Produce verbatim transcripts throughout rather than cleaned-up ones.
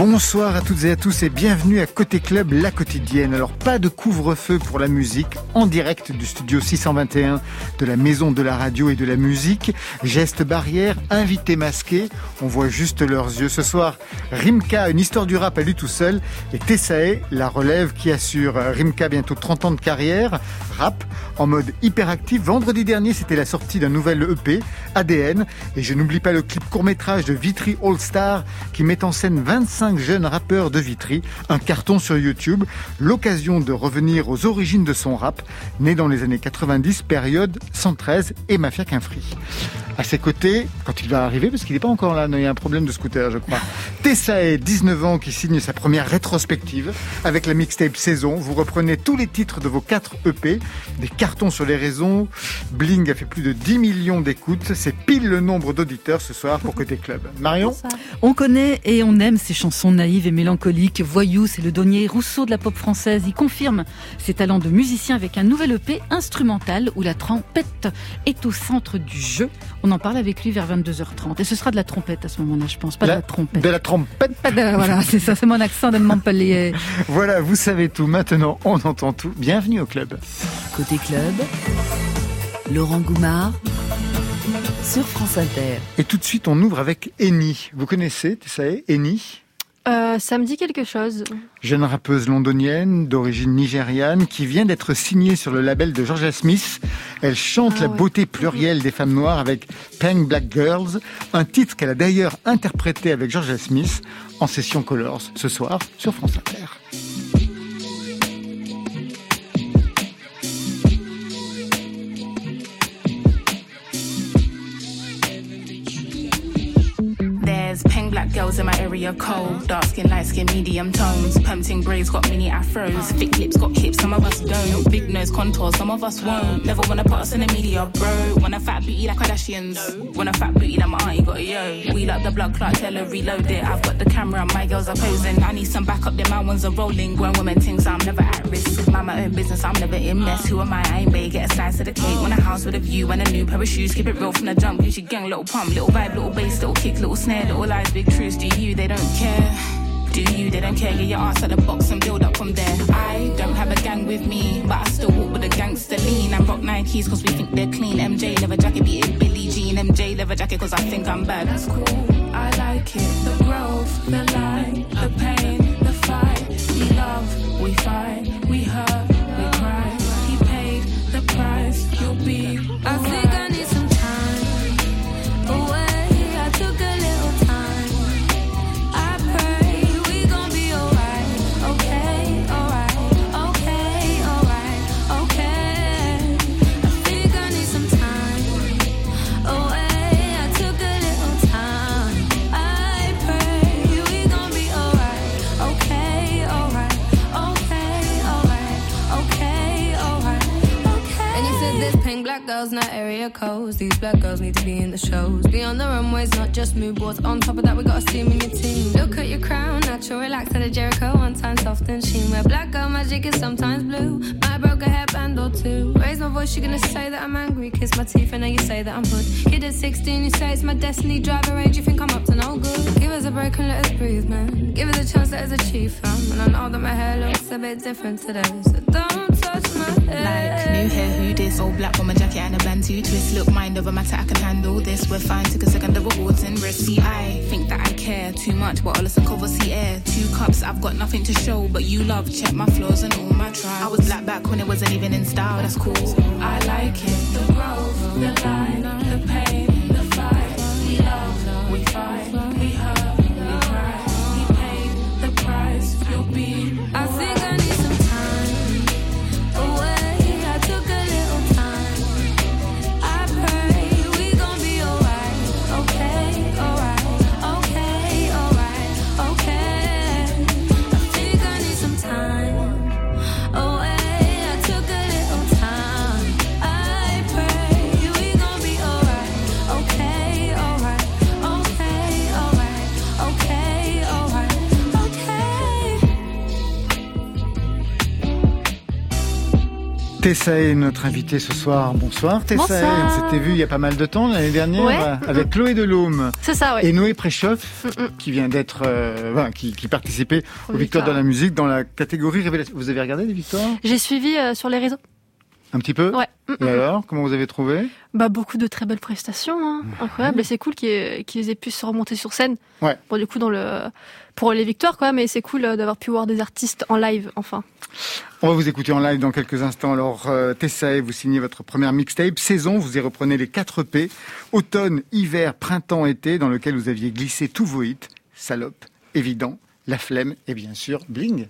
Bonsoir à toutes et à tous et bienvenue à Côté Club, la quotidienne. Alors pas de couvre-feu pour la musique, en direct du studio six cent vingt et un de la Maison de la Radio et de la Musique. Gestes barrières, invités masqués, on voit juste leurs yeux. Ce soir, Rimka, une histoire du rap à lui tout seul, et Tessae, la relève qui assure. Rimka, bientôt trente ans de carrière, rap, en mode hyperactif. Vendredi dernier, c'était la sortie d'un nouvel E P, A D N, et je n'oublie pas le clip court-métrage de Vitry All Star qui met en scène vingt-cinq jeunes rappeurs de Vitry, un carton sur YouTube, l'occasion de revenir aux origines de son rap, né dans les années quatre-vingt-dix, période cent treize et Mafia Quinfri. À ses côtés, quand il va arriver, parce qu'il n'est pas encore là, il y a un problème de scooter, je crois. Tessae, dix-neuf ans, qui signe sa première rétrospective avec la mixtape Saison. Vous reprenez tous les titres de vos quatre E P, des cartons sur les réseaux. Bling a fait plus de dix millions d'écoutes. C'est pile le nombre d'auditeurs ce soir pour Côté Club. Marion ? On connaît et on aime ces chansons naïves et mélancoliques. Voyou, c'est le Donier Rousseau de la pop française. Il confirme ses talents de musicien avec un nouvel E P instrumental où la trompette est au centre du jeu. On en parle avec lui vers vingt-deux heures trente. Et ce sera de la trompette à ce moment-là, je pense. Pas la, de la trompette. De la trompette. Pas de, voilà, c'est ça, c'est mon accent de Montpellier. Voilà, vous savez tout. Maintenant, on entend tout. Bienvenue au club. Côté club, Laurent Goumard sur France Inter. Et tout de suite, on ouvre avec Eni. Vous connaissez, Tessae, Eni ? Euh, ça me dit quelque chose. Jeune rappeuse londonienne d'origine nigériane qui vient d'être signée sur le label de Georgia Smith. Elle chante ah, la ouais. beauté plurielle des femmes noires avec Pink Black Girls, un titre qu'elle a d'ailleurs interprété avec Georgia Smith en session Colors ce soir sur France Inter. Pink black girls in my area cold. Dark skin, light skin, medium tones. Pumping braids got mini afros. Thick lips got hips, some of us don't. Big nose contours, some of us won't. Never wanna put us in the media, bro. Want a fat booty like Kardashians. Want a fat booty like my auntie got a yo. We like the blood clot, tell her reload it. I've got the camera, my girls are posing. I need some backup, then my ones are rolling. Grown women things, I'm never at risk. Mind my own business, I'm never in mess. Who am I? I ain't bae, get a slice of the cake. Want a house with a view and a new pair of shoes. Keep it real from the jump. Gucci gang, little pump, little vibe, little bass, little kick, little snare, little lies, big truths. Do you? They don't care. Do you? They don't care. Get your ass at the box and build up from there. I don't have a gang with me, but I still walk with a gangster lean. And rock Nikes cause we think they're clean. M J leather jacket, beat it Billie Jean. M J leather jacket cause I think I'm bad. That's cool, I like it. The growth, the lie, the pain, the fight. We love, we fight, we hurt, we cry. He paid the price, you'll be alright. I think I need some time away. I took a little time. Black girls, not area codes. These black girls need to be in the shows. Be on the runways, not just mood boards. On top of that, we got a steam in your team. Look at your crown, natural, relax at a Jericho. One time soft and sheen. Where black girl magic is sometimes blue. Might broke a hairband or two. Raise my voice, you're gonna say that I'm angry. Kiss my teeth, and now you say that I'm hood. Kid at sixteen, you say it's my destiny. Driver age, you think I'm up to no good. Give us a break and let us breathe, man. Give us a chance, let us achieve, fam. And I know that my hair looks a bit different today, so don't touch my hair. Like new hair, who this? Old black woman jacket and a band to twist. Look, mind over matter, I can handle this. We're fine, took a second of awards and risk. See, I think that I care too much, but all listen cover see air. Two cups, I've got nothing to show, but you love, check my flaws and all my trials. I was black back when it wasn't even in style, that's cool. I like it, the growth, the line, the pain, the fight. We love, we fight, we hurt, we cry. He paid the price, you'll be alright. I think I need some time away. Tessae, notre invitée ce soir. Bonsoir Tessae. Bonsoir. On s'était vu il y a pas mal de temps, l'année dernière, ouais. avec Chloé Delhomme. C'est ça, ouais. Et Noé Préchoff, Mm-mm. qui vient d'être, euh, enfin, qui, qui participait aux Aux Victoires Victoires. de la musique dans la catégorie Révélation. Vous avez regardé les Victoires? J'ai suivi euh, sur les réseaux. Un petit peu? Ouais. Et alors, comment vous avez trouvé? Bah, beaucoup de très belles prestations, hein. Incroyable. Et c'est cool qu'ils, qu'ils aient pu se remonter sur scène. Ouais. Bon, du coup, dans le, pour les victoires, quoi, mais c'est cool euh, d'avoir pu voir des artistes en live, enfin. On va vous écouter en live dans quelques instants. Alors, euh, Tessae, vous signez votre première mixtape. Saison, vous y reprenez les quatre E P. Automne, hiver, printemps, été, dans lequel vous aviez glissé tous vos hits. Salope, Évident, La Flemme et bien sûr, Bling.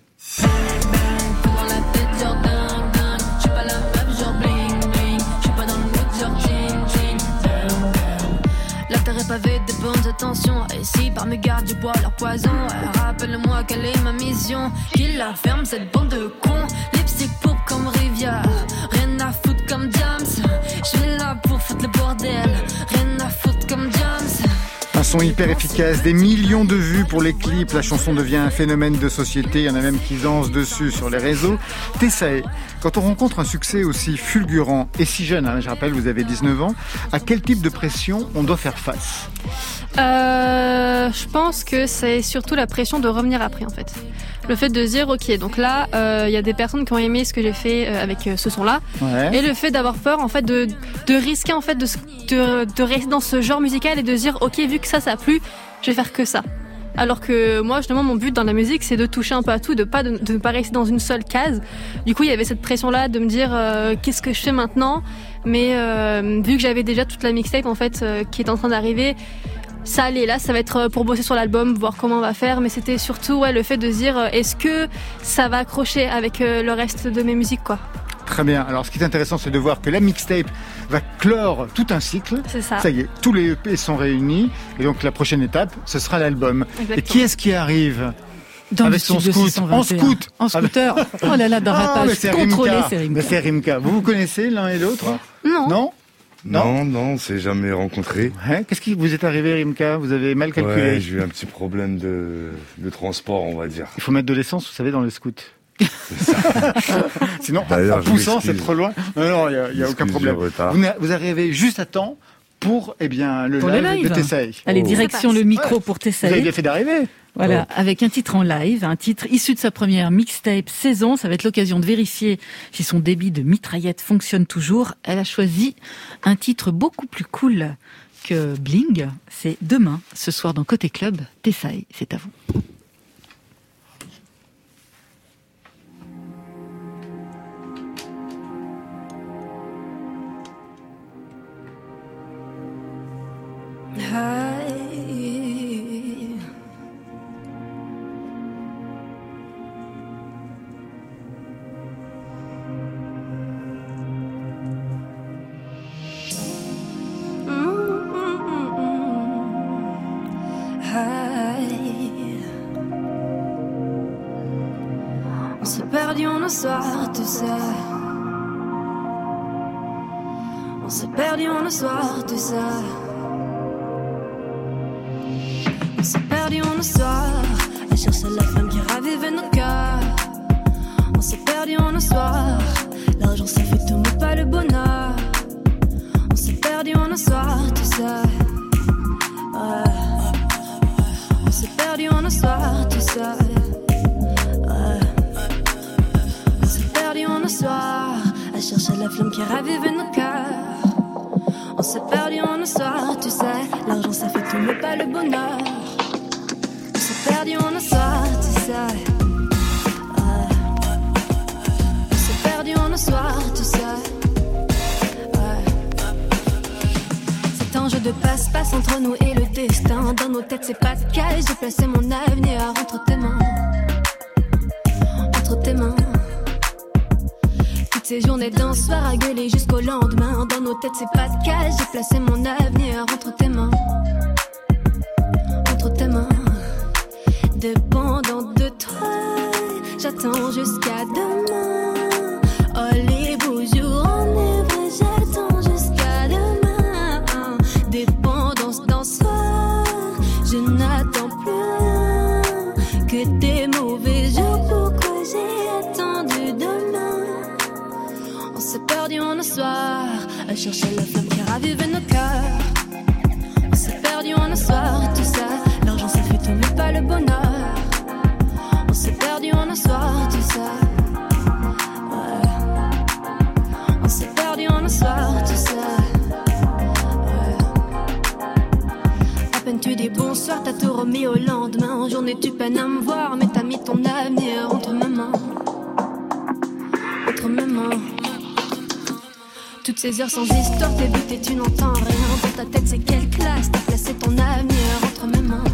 Pavé de bonnes attentions, ici par mes gardes je bois leur poison. Rappelle-moi quelle est ma mission, qu'ils la ferment cette bande de cons. Lipstick pop comme Rivière, rien à foutre comme James. Je vais là pour foutre le bordel, rien à foutre comme James. Un son hyper efficace, des millions de vues pour les clips. La chanson devient un phénomène de société. Il y en a même qui dansent dessus sur les réseaux. Tessae, quand on rencontre un succès aussi fulgurant et si jeune, hein, je rappelle, vous avez dix-neuf ans, à quel type de pression on doit faire face? Euh, je pense que c'est surtout la pression de revenir après, en fait. Le fait de se dire, ok, donc là, il euh, y a des personnes qui ont aimé ce que j'ai fait euh, avec euh, ce son-là. Ouais. Et le fait d'avoir peur, en fait, de, de risquer, en fait, de, de, de rester dans ce genre musical et de se dire, ok, vu que ça, ça a plu, je vais faire que ça. Alors que moi, justement, mon but dans la musique, c'est de toucher un peu à tout, de pas de, de ne pas rester dans une seule case. Du coup, il y avait cette pression-là de me dire, euh, qu'est-ce que je fais maintenant? Mais euh, vu que j'avais déjà toute la mixtape, en fait, euh, qui est en train d'arriver, ça allait, là, ça va être pour bosser sur l'album, voir comment on va faire, mais c'était surtout ouais, le fait de se dire, est-ce que ça va accrocher avec le reste de mes musiques, quoi. Très bien. Alors, ce qui est intéressant, c'est de voir que la mixtape va clore tout un cycle. C'est ça. Ça y est, tous les E P sont réunis. Et donc, la prochaine étape, ce sera l'album. Exactement. Et qui est-ce qui arrive? Dans Avec le son studio scoot, six cent vingt et un. en scoot. En scooter. Oh là là, d'un Ah, mais rapage c'est contrôlé, Rimka. c'est Rimka. Mais c'est Rimka. Vous vous connaissez l'un et l'autre? Non. Non? Non. Non, non, on s'est jamais rencontrés. Ouais. Qu'est-ce qui vous est arrivé, Rimka? Vous avez mal calculé? Ouais, j'ai eu un petit problème de, de transport, on va dire. Il faut mettre de l'essence, vous savez, dans les scouts. Sinon, D'ailleurs, en je poussant, m'excuse. c'est trop loin. Non, non, il n'y a, y a aucun Excuse problème. du retard. Vous, n'a- vous arrivez juste à temps pour eh bien, le Pour le live, live. de Tessae. Allez, Oh. direction Ça le passe. micro Ouais. pour Vous avez Tessae. bien fait d'arriver. Voilà, avec un titre en live, un titre issu de sa première mixtape Saison. Ça va être l'occasion de vérifier si son débit de mitraillette fonctionne toujours. Elle a choisi un titre beaucoup plus cool que Bling. C'est Demain, ce soir dans Côté Club. Tessae, c'est à vous. Hey. Hey. On s'est perdu en un soir, tu sais. On s'est perdu en un soir, tu sais. On s'est perdu en un soir à chercher la flamme qui ravive nos cœurs. On s'est perdu en un soir. L'argent ça fait tout mais pas le bonheur. On s'est perdu en un soir, tu sais. Ouais. On s'est perdu en un soir, tu sais. Ouais. On s'est perdu en un soir à chercher la flamme qui ravive nos cœurs. On s'est perdu en un soir, tu sais. L'argent ça fait tout mais pas le bonheur. On s'est perdu en un soir, tu sais. Ouais. On s'est perdu en un soir, tu sais. Ouais. C'est un jeu de passe-passe entre nous et le destin. Dans nos têtes c'est pas de cage. J'ai placé mon avenir entre tes mains. Entre tes mains. Toutes ces journées d'un soir à gueuler jusqu'au lendemain. Dans nos têtes c'est pas de cage. J'ai placé mon avenir entre tes mains. Entre tes mains. Dépendant de toi, j'attends jusqu'à demain. Oh les beaux jours en vrai, j'attends jusqu'à demain. Dépendance d'un soir, je n'attends plus rien que des mauvais jours. Pourquoi j'ai attendu demain? On s'est perdu en un soir à chercher la flamme qui ravivait nos cœurs. On s'est perdu en un soir, tout ça. L'argent ça fait tout mais pas le bonheur. On s'est perdu en un soir, tout ça. Ouais. On s'est perdu en un soir, tout ça. Tu dis bonsoir, t'as tout remis au lendemain. En journée tu peines à me voir, mais t'as mis ton avenir entre mes mains. Entre mes mains. Toutes ces heures sans histoire, t'es buté, tu n'entends rien. Dans ta tête c'est quelle classe, t'as placé ton avenir entre mes mains.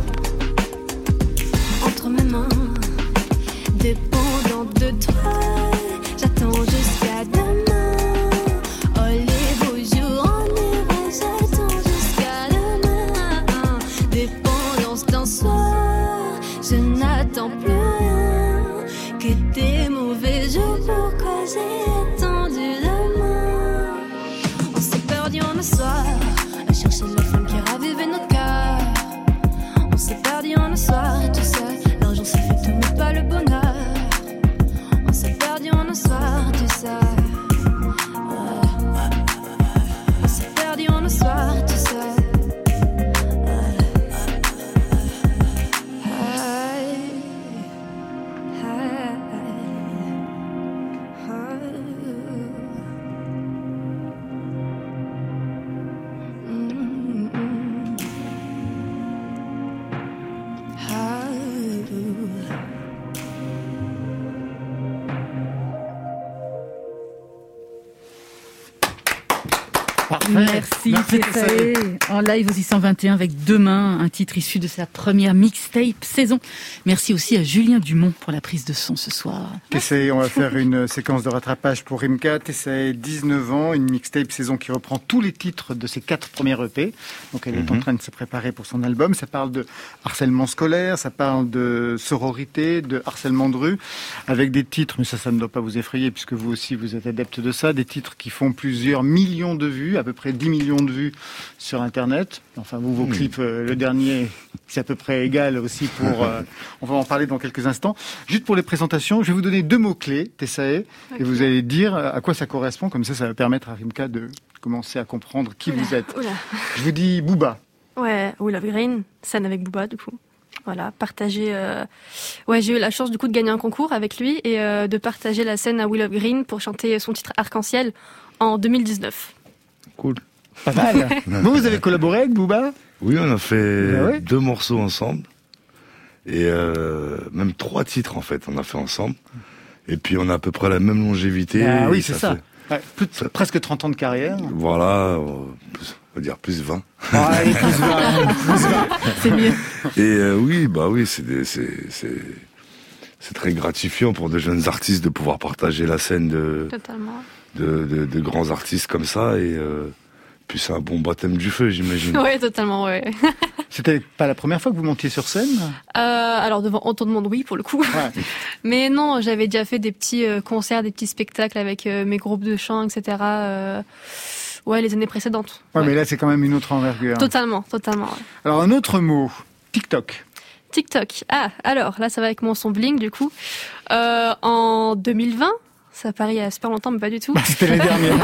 Entre mes mains. Dépendant de toi, j'attends jusqu'à demain. Oh les beaux jours en hiver, j'attends jusqu'à demain. Dépendance d'un soir, je n'attends plus rien que tes mauvais jours. Pourquoi j'ai attendu demain? On s'est perdu en un soir à chercher la flamme qui ravivait nos cœurs. On s'est perdu en un soir, tout seul. L'argent ça fait tout mais pas le bonheur. On s'est perdu en un soir, tout ça. On s'est perdu en un soir, tout ça. Merci Tessae, en live au six cent vingt et un avec Demain, un titre issu de sa première mixtape saison. Merci aussi à Julien Dumont pour la prise de son ce soir. Tessae, on va faire une séquence de rattrapage pour Rimka. Tessae, dix-neuf ans, une mixtape saison qui reprend tous les titres de ses quatre premiers E P. Donc elle est mm-hmm. en train de se préparer pour son album. Ça parle de harcèlement scolaire, ça parle de sororité, de harcèlement de rue, avec des titres, mais ça, ça ne doit pas vous effrayer puisque vous aussi vous êtes adepte de ça, des titres qui font plusieurs millions de vues, à peu près dix millions de vues sur Internet. Enfin, vous, vos mmh. clips, euh, le dernier, c'est à peu près égal aussi pour... Euh, on va en parler dans quelques instants. Juste pour les présentations, je vais vous donner deux mots-clés, Tessae, okay. et vous allez dire à quoi ça correspond. Comme ça, ça va permettre à Rimka de commencer à comprendre qui oula, vous êtes. Oula. Je vous dis Booba. Ouais, We Love Green, scène avec Booba, du coup. Voilà, partager... Euh... Ouais, j'ai eu la chance, du coup, de gagner un concours avec lui et euh, de partager la scène à We Love Green pour chanter son titre Arc-en-Ciel en deux mille dix-neuf. Cool. Pas mal. Vous, vous avez collaboré avec Booba? Oui, on a fait ah ouais deux morceaux ensemble. Et euh, même trois titres, en fait, on a fait ensemble. Et puis, on a à peu près la même longévité. Ah oui, c'est ça. Fait... Ouais, plus de, ça... Presque trente ans de carrière. Voilà, on va dire plus vingt. Ah, allez, plus vingt, plus vingt. C'est mieux. Et euh, oui, bah oui, c'est, des, c'est, c'est, c'est très gratifiant pour de jeunes artistes de pouvoir partager la scène de... Totalement. De, de, de grands artistes comme ça et euh, puis c'est un bon baptême du feu, j'imagine. Oui, totalement, oui. C'était pas la première fois que vous montiez sur scène? euh, Alors devant autant de monde, oui, pour le coup. Ouais. Mais non, j'avais déjà fait des petits euh, concerts, des petits spectacles avec euh, mes groupes de chant, et cetera. Euh, ouais, les années précédentes. Ouais, ouais, mais là c'est quand même une autre envergure. Totalement, totalement. Ouais. Alors un autre mot, TikTok. TikTok. Ah, alors là ça va avec mon son Bling du coup. Euh, en deux mille vingt. Ça paraît il y a super longtemps, mais pas du tout. Bah, c'était l'année dernière.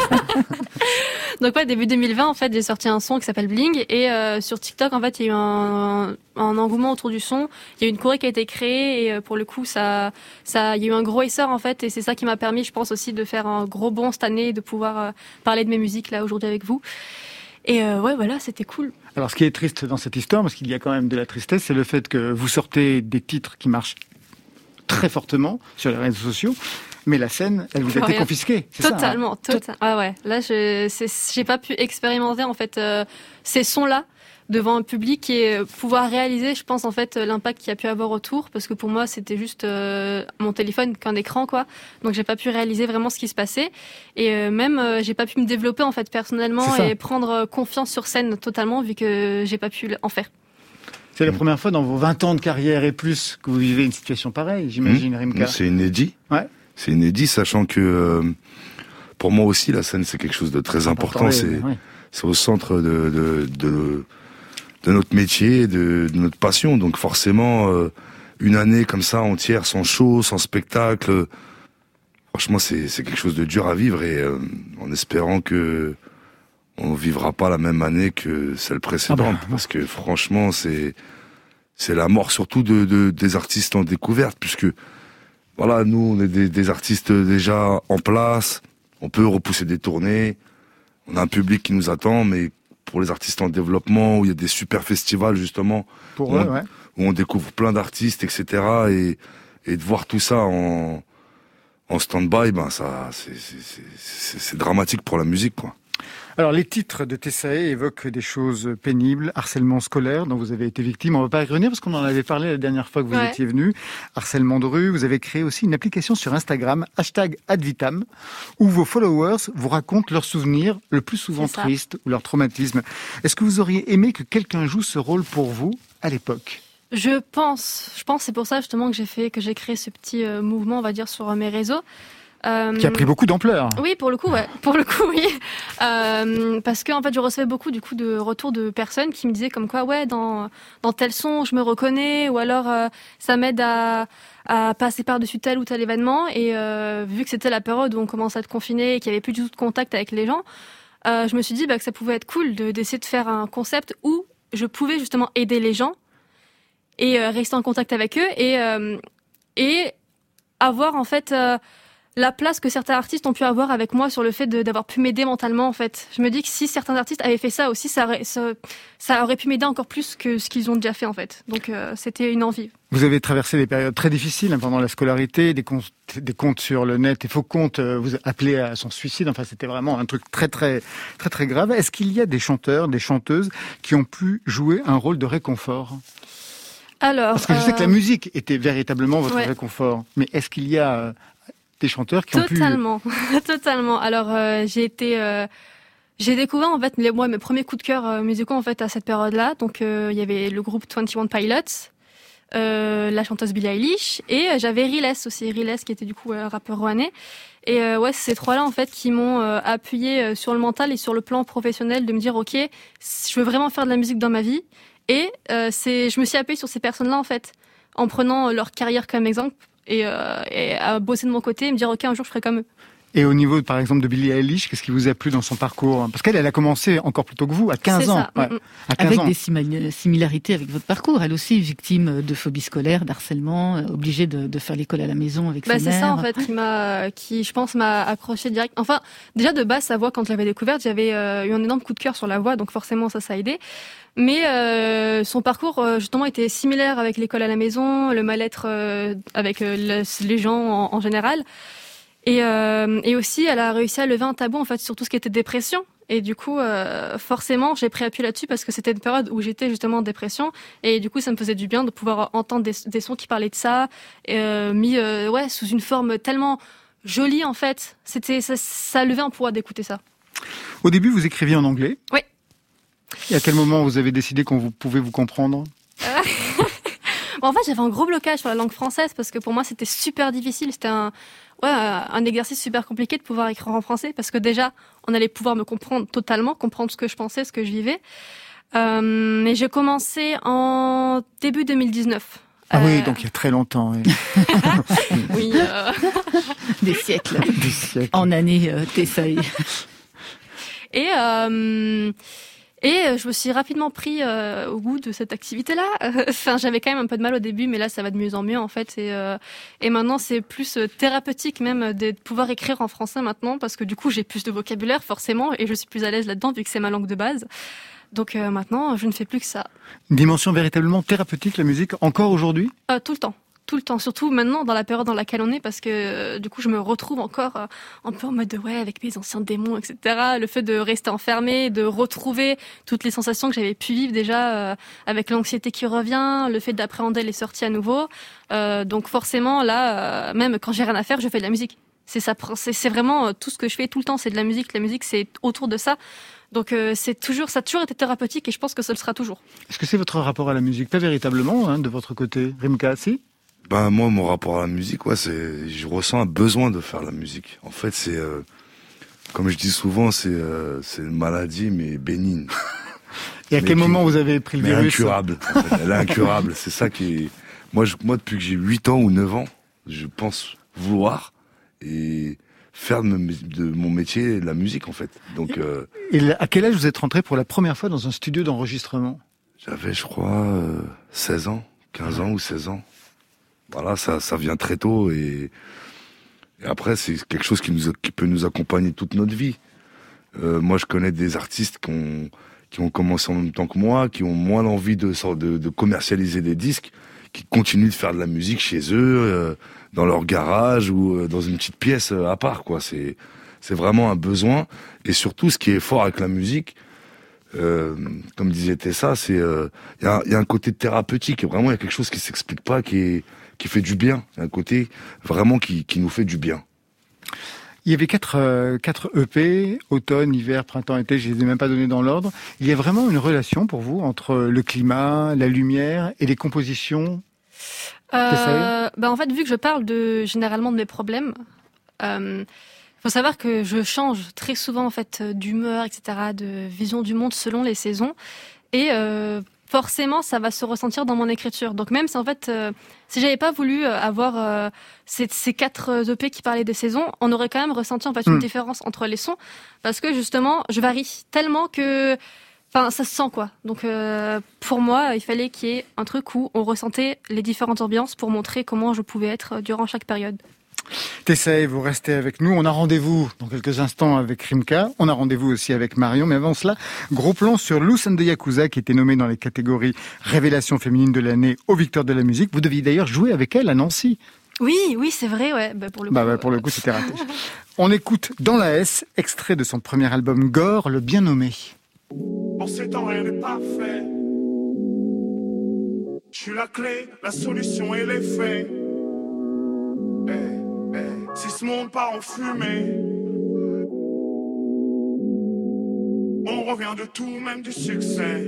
Donc ouais, début deux mille vingt, en fait, j'ai sorti un son qui s'appelle Bling. Et euh, sur TikTok, en fait, il y a eu un, un engouement autour du son. Il y a eu une choré qui a été créée. Et euh, pour le coup, ça, ça, il y a eu un gros essor, en fait. Et c'est ça qui m'a permis, je pense, aussi de faire un gros bond cette année et de pouvoir euh, parler de mes musiques, là, aujourd'hui, avec vous. Et euh, ouais, voilà, c'était cool. Alors, ce qui est triste dans cette histoire, parce qu'il y a quand même de la tristesse, c'est le fait que vous sortez des titres qui marchent très fortement sur les réseaux sociaux. Mais la scène, elle vous a été confisquée, c'est totalement, ça, hein totalement. Ah ouais, là, je, c'est, j'ai pas pu expérimenter en fait euh, ces sons-là devant un public et pouvoir réaliser, je pense en fait l'impact qu'il y a pu avoir autour, parce que pour moi, c'était juste euh, mon téléphone qu'un écran, quoi. Donc j'ai pas pu réaliser vraiment ce qui se passait et euh, même euh, j'ai pas pu me développer en fait personnellement et prendre confiance sur scène totalement vu que j'ai pas pu en faire. C'est la première fois dans vos vingt ans de carrière et plus que vous vivez une situation pareille, j'imagine, mmh. Rimka. C'est inédit. Ouais. C'est inédit, sachant que euh, pour moi aussi, la scène, c'est quelque chose de très important. C'est, ouais. c'est au centre de, de, de, de notre métier, de, de notre passion. Donc forcément, euh, une année comme ça entière, sans show, sans spectacle, franchement, c'est, c'est quelque chose de dur à vivre et euh, en espérant que on vivra pas la même année que celle précédente, ah bah, parce que franchement, c'est c'est la mort surtout de, de des artistes en découverte, puisque voilà, nous on est des, des artistes déjà en place, on peut repousser des tournées, on a un public qui nous attend, mais pour les artistes en développement, où il y a des super festivals justement, pour où, eux, on, ouais. où on découvre plein d'artistes, et cetera. Et, et de voir tout ça en en stand-by, ben ça, c'est c'est, c'est, c'est c'est dramatique pour la musique, quoi. Alors, les titres de Tessae évoquent des choses pénibles, harcèlement scolaire dont vous avez été victime. On ne va pas y revenir parce qu'on en avait parlé la dernière fois que vous ouais. étiez venu. Harcèlement de rue. Vous avez créé aussi une application sur Instagram, hashtag Advitam, où vos followers vous racontent leurs souvenirs, le plus souvent tristes, ou leur traumatisme. Est-ce que vous auriez aimé que quelqu'un joue ce rôle pour vous à l'époque ? Je pense. Je pense, c'est pour ça justement que j'ai fait, que j'ai créé ce petit euh, mouvement, on va dire, sur euh, mes réseaux. Euh, qui a pris beaucoup d'ampleur. Oui, pour le coup, ouais. Pour le coup, oui. Euh, parce que en fait, je recevais beaucoup du coup de retours de personnes qui me disaient comme quoi, ouais, dans dans tel son, je me reconnais, ou alors euh, ça m'aide à à passer par-dessus tel ou tel événement. Et euh, vu que c'était la période où on commençait à être confiné et qu'il y avait plus du tout de contact avec les gens, euh, je me suis dit bah, que ça pouvait être cool de d'essayer de faire un concept où je pouvais justement aider les gens et euh, rester en contact avec eux et euh, et avoir en fait euh, la place que certains artistes ont pu avoir avec moi sur le fait de, d'avoir pu m'aider mentalement, en fait. Je me dis que si certains artistes avaient fait ça aussi, ça aurait, ça, ça aurait pu m'aider encore plus que ce qu'ils ont déjà fait, en fait. Donc, euh, c'était une envie. Vous avez traversé des périodes très difficiles hein, pendant la scolarité, des comptes, des comptes sur le net, des faux comptes, euh, vous appelez à son suicide. Enfin, c'était vraiment un truc très, très, très, très grave. Est-ce qu'il y a des chanteurs, des chanteuses qui ont pu jouer un rôle de réconfort ? Alors, Parce que je euh... sais que la musique était véritablement votre ouais. réconfort. Mais est-ce qu'il y a... Euh, des chanteurs qui totalement, ont pu... Totalement, totalement. Alors, euh, j'ai été... Euh... J'ai découvert, en fait, les, moi, mes premiers coups de cœur euh, musicaux, en fait, à cette période-là. Donc, euh, il y avait le groupe vingt et un Pilots, euh, la chanteuse Billie Eilish, et euh, j'avais Riles aussi, Riles, qui était, du coup, euh, rappeur rouennais. Et euh, ouais, c'est ces trois-là, en fait, qui m'ont euh, appuyé euh, sur le mental et sur le plan professionnel de me dire, OK, je veux vraiment faire de la musique dans ma vie. Et euh, c'est, je me suis appuyée sur ces personnes-là, en fait, en prenant leur carrière comme exemple. Et, euh, et à bosser de mon côté et me dire ok, un jour je ferai comme eux. Et au niveau par exemple de Billie Eilish, qu'est-ce qui vous a plu dans son parcours ? Parce qu'elle elle a commencé encore plus tôt que vous, à quinze C'est ans. Ça. Ouais. Mm-hmm. À quinze avec ans. des simil- similarités avec votre parcours, elle aussi victime de phobie scolaire, d'harcèlement, euh, obligée de, de faire l'école à la maison avec bah, sa mère. C'est ça en fait qui m'a, qui je pense m'a accroché direct. Enfin déjà de base sa voix quand je l'avais découverte, j'avais euh, eu un énorme coup de cœur sur la voix, donc forcément ça ça a aidé. Mais euh, son parcours euh, justement était similaire avec l'école à la maison, le mal-être euh, avec euh, le, les gens en, en général. Et, euh, et aussi, elle a réussi à lever un tabou en fait sur tout ce qui était dépression. Et du coup, euh, forcément, j'ai pris appui là-dessus parce que c'était une période où j'étais justement en dépression. Et du coup, ça me faisait du bien de pouvoir entendre des, des sons qui parlaient de ça, euh, mis euh, ouais sous une forme tellement jolie en fait. C'était ça, ça levait un poids d'écouter ça. Au début, vous écriviez en anglais ? Oui. Et à quel moment vous avez décidé qu'on vous, pouvait vous comprendre ? En fait, j'avais un gros blocage sur la langue française parce que pour moi, c'était super difficile. C'était un, ouais, un exercice super compliqué de pouvoir écrire en français parce que déjà, on allait pouvoir me comprendre totalement, comprendre ce que je pensais, ce que je vivais. Euh, mais j'ai commencé en début deux mille dix-neuf. Ah euh... oui, donc il y a très longtemps. Oui. oui euh... Des siècles. Des siècles. En année euh, Tessae. Et... Euh... Et je me suis rapidement pris euh, au goût de cette activité-là. Enfin, j'avais quand même un peu de mal au début, mais là, ça va de mieux en mieux, en fait. Et, euh, et maintenant, c'est plus thérapeutique même de pouvoir écrire en français maintenant, parce que du coup, j'ai plus de vocabulaire, forcément, et je suis plus à l'aise là-dedans, vu que c'est ma langue de base. Donc euh, maintenant, je ne fais plus que ça. Une dimension véritablement thérapeutique, la musique, encore aujourd'hui ? euh, Tout le temps. Tout le temps, surtout maintenant dans la période dans laquelle on est, parce que euh, du coup je me retrouve encore euh, un peu en mode de, ouais avec mes anciens démons, et cetera. Le fait de rester enfermé, de retrouver toutes les sensations que j'avais pu vivre déjà euh, avec l'anxiété qui revient, le fait d'appréhender les sorties à nouveau. Euh, donc forcément là, euh, même quand j'ai rien à faire, je fais de la musique. C'est ça, c'est, c'est vraiment euh, tout ce que je fais tout le temps, c'est de la musique. La musique, c'est autour de ça. Donc euh, c'est toujours, ça a toujours été thérapeutique et je pense que ça le sera toujours. Est-ce que c'est votre rapport à la musique ? Pas véritablement, hein, de votre côté, Rimka, si ? Ben moi, mon rapport à la musique, ouais, c'est, je ressens un besoin de faire la musique. En fait, c'est, euh, comme je dis souvent, c'est, euh, c'est une maladie mais bénigne. Et à mais quel qui, moment vous avez pris le mais virus ? incurable. En fait, elle est incurable. C'est ça qui est. Moi, je, moi, depuis que j'ai huit ans ou neuf ans, je pense vouloir et faire de, de mon métier la musique en fait. Donc, euh, et à quel âge vous êtes rentré pour la première fois dans un studio d'enregistrement? J'avais, je crois, euh, seize ans, quinze ans ou seize ans. Voilà, ça, ça vient très tôt et, et après c'est quelque chose qui, nous, qui peut nous accompagner toute notre vie. Euh, moi, je connais des artistes qui ont, qui ont commencé en même temps que moi, qui ont moins l'envie de, de, de commercialiser des disques, qui continuent de faire de la musique chez eux, euh, dans leur garage ou euh, dans une petite pièce euh, à part, quoi. C'est, c'est vraiment un besoin. Et surtout, ce qui est fort avec la musique, euh, comme disait Tessa, c'est, il euh, y, a, y a un côté thérapeutique. Vraiment, il y a quelque chose qui s'explique pas, qui est, qui fait du bien. Il y a un côté vraiment qui, qui nous fait du bien. Il y avait quatre, euh, quatre E P, automne, hiver, printemps, été, je les ai même pas donnés dans l'ordre. Il y a vraiment une relation pour vous entre le climat, la lumière et les compositions? euh, bah En fait, vu que je parle de, généralement de mes problèmes, euh, faut savoir que je change très souvent en fait d'humeur, et cetera, de vision du monde selon les saisons. Et euh, forcément, ça va se ressentir dans mon écriture. Donc même si en fait, euh, si j'avais pas voulu avoir euh, ces, ces quatre E P qui parlaient des saisons, on aurait quand même ressenti en fait une mmh. différence entre les sons, parce que justement, je varie tellement que, enfin, ça se sent quoi. Donc euh, pour moi, il fallait qu'il y ait un truc où on ressentait les différentes ambiances pour montrer comment je pouvais être durant chaque période. Tessa, vous restez avec nous. On a rendez-vous dans quelques instants avec Rimka. On a rendez-vous aussi avec Marion. Mais avant cela, gros plan sur Loose and the Yakuza, qui était nommée dans les catégories Révélation féminine de l'année aux Victoires de la musique. Vous deviez d'ailleurs jouer avec elle à Nancy. Oui, oui, c'est vrai, ouais. Bah, pour le coup, bah, bah, pour le coup, c'était raté. On écoute Dans la S, extrait de son premier album Gore, le bien nommé. En ces temps, rien n'est parfait. Je suis la clé, la solution et les faits. Hey. Si ce monde part en fumée, on revient de tout, même du succès.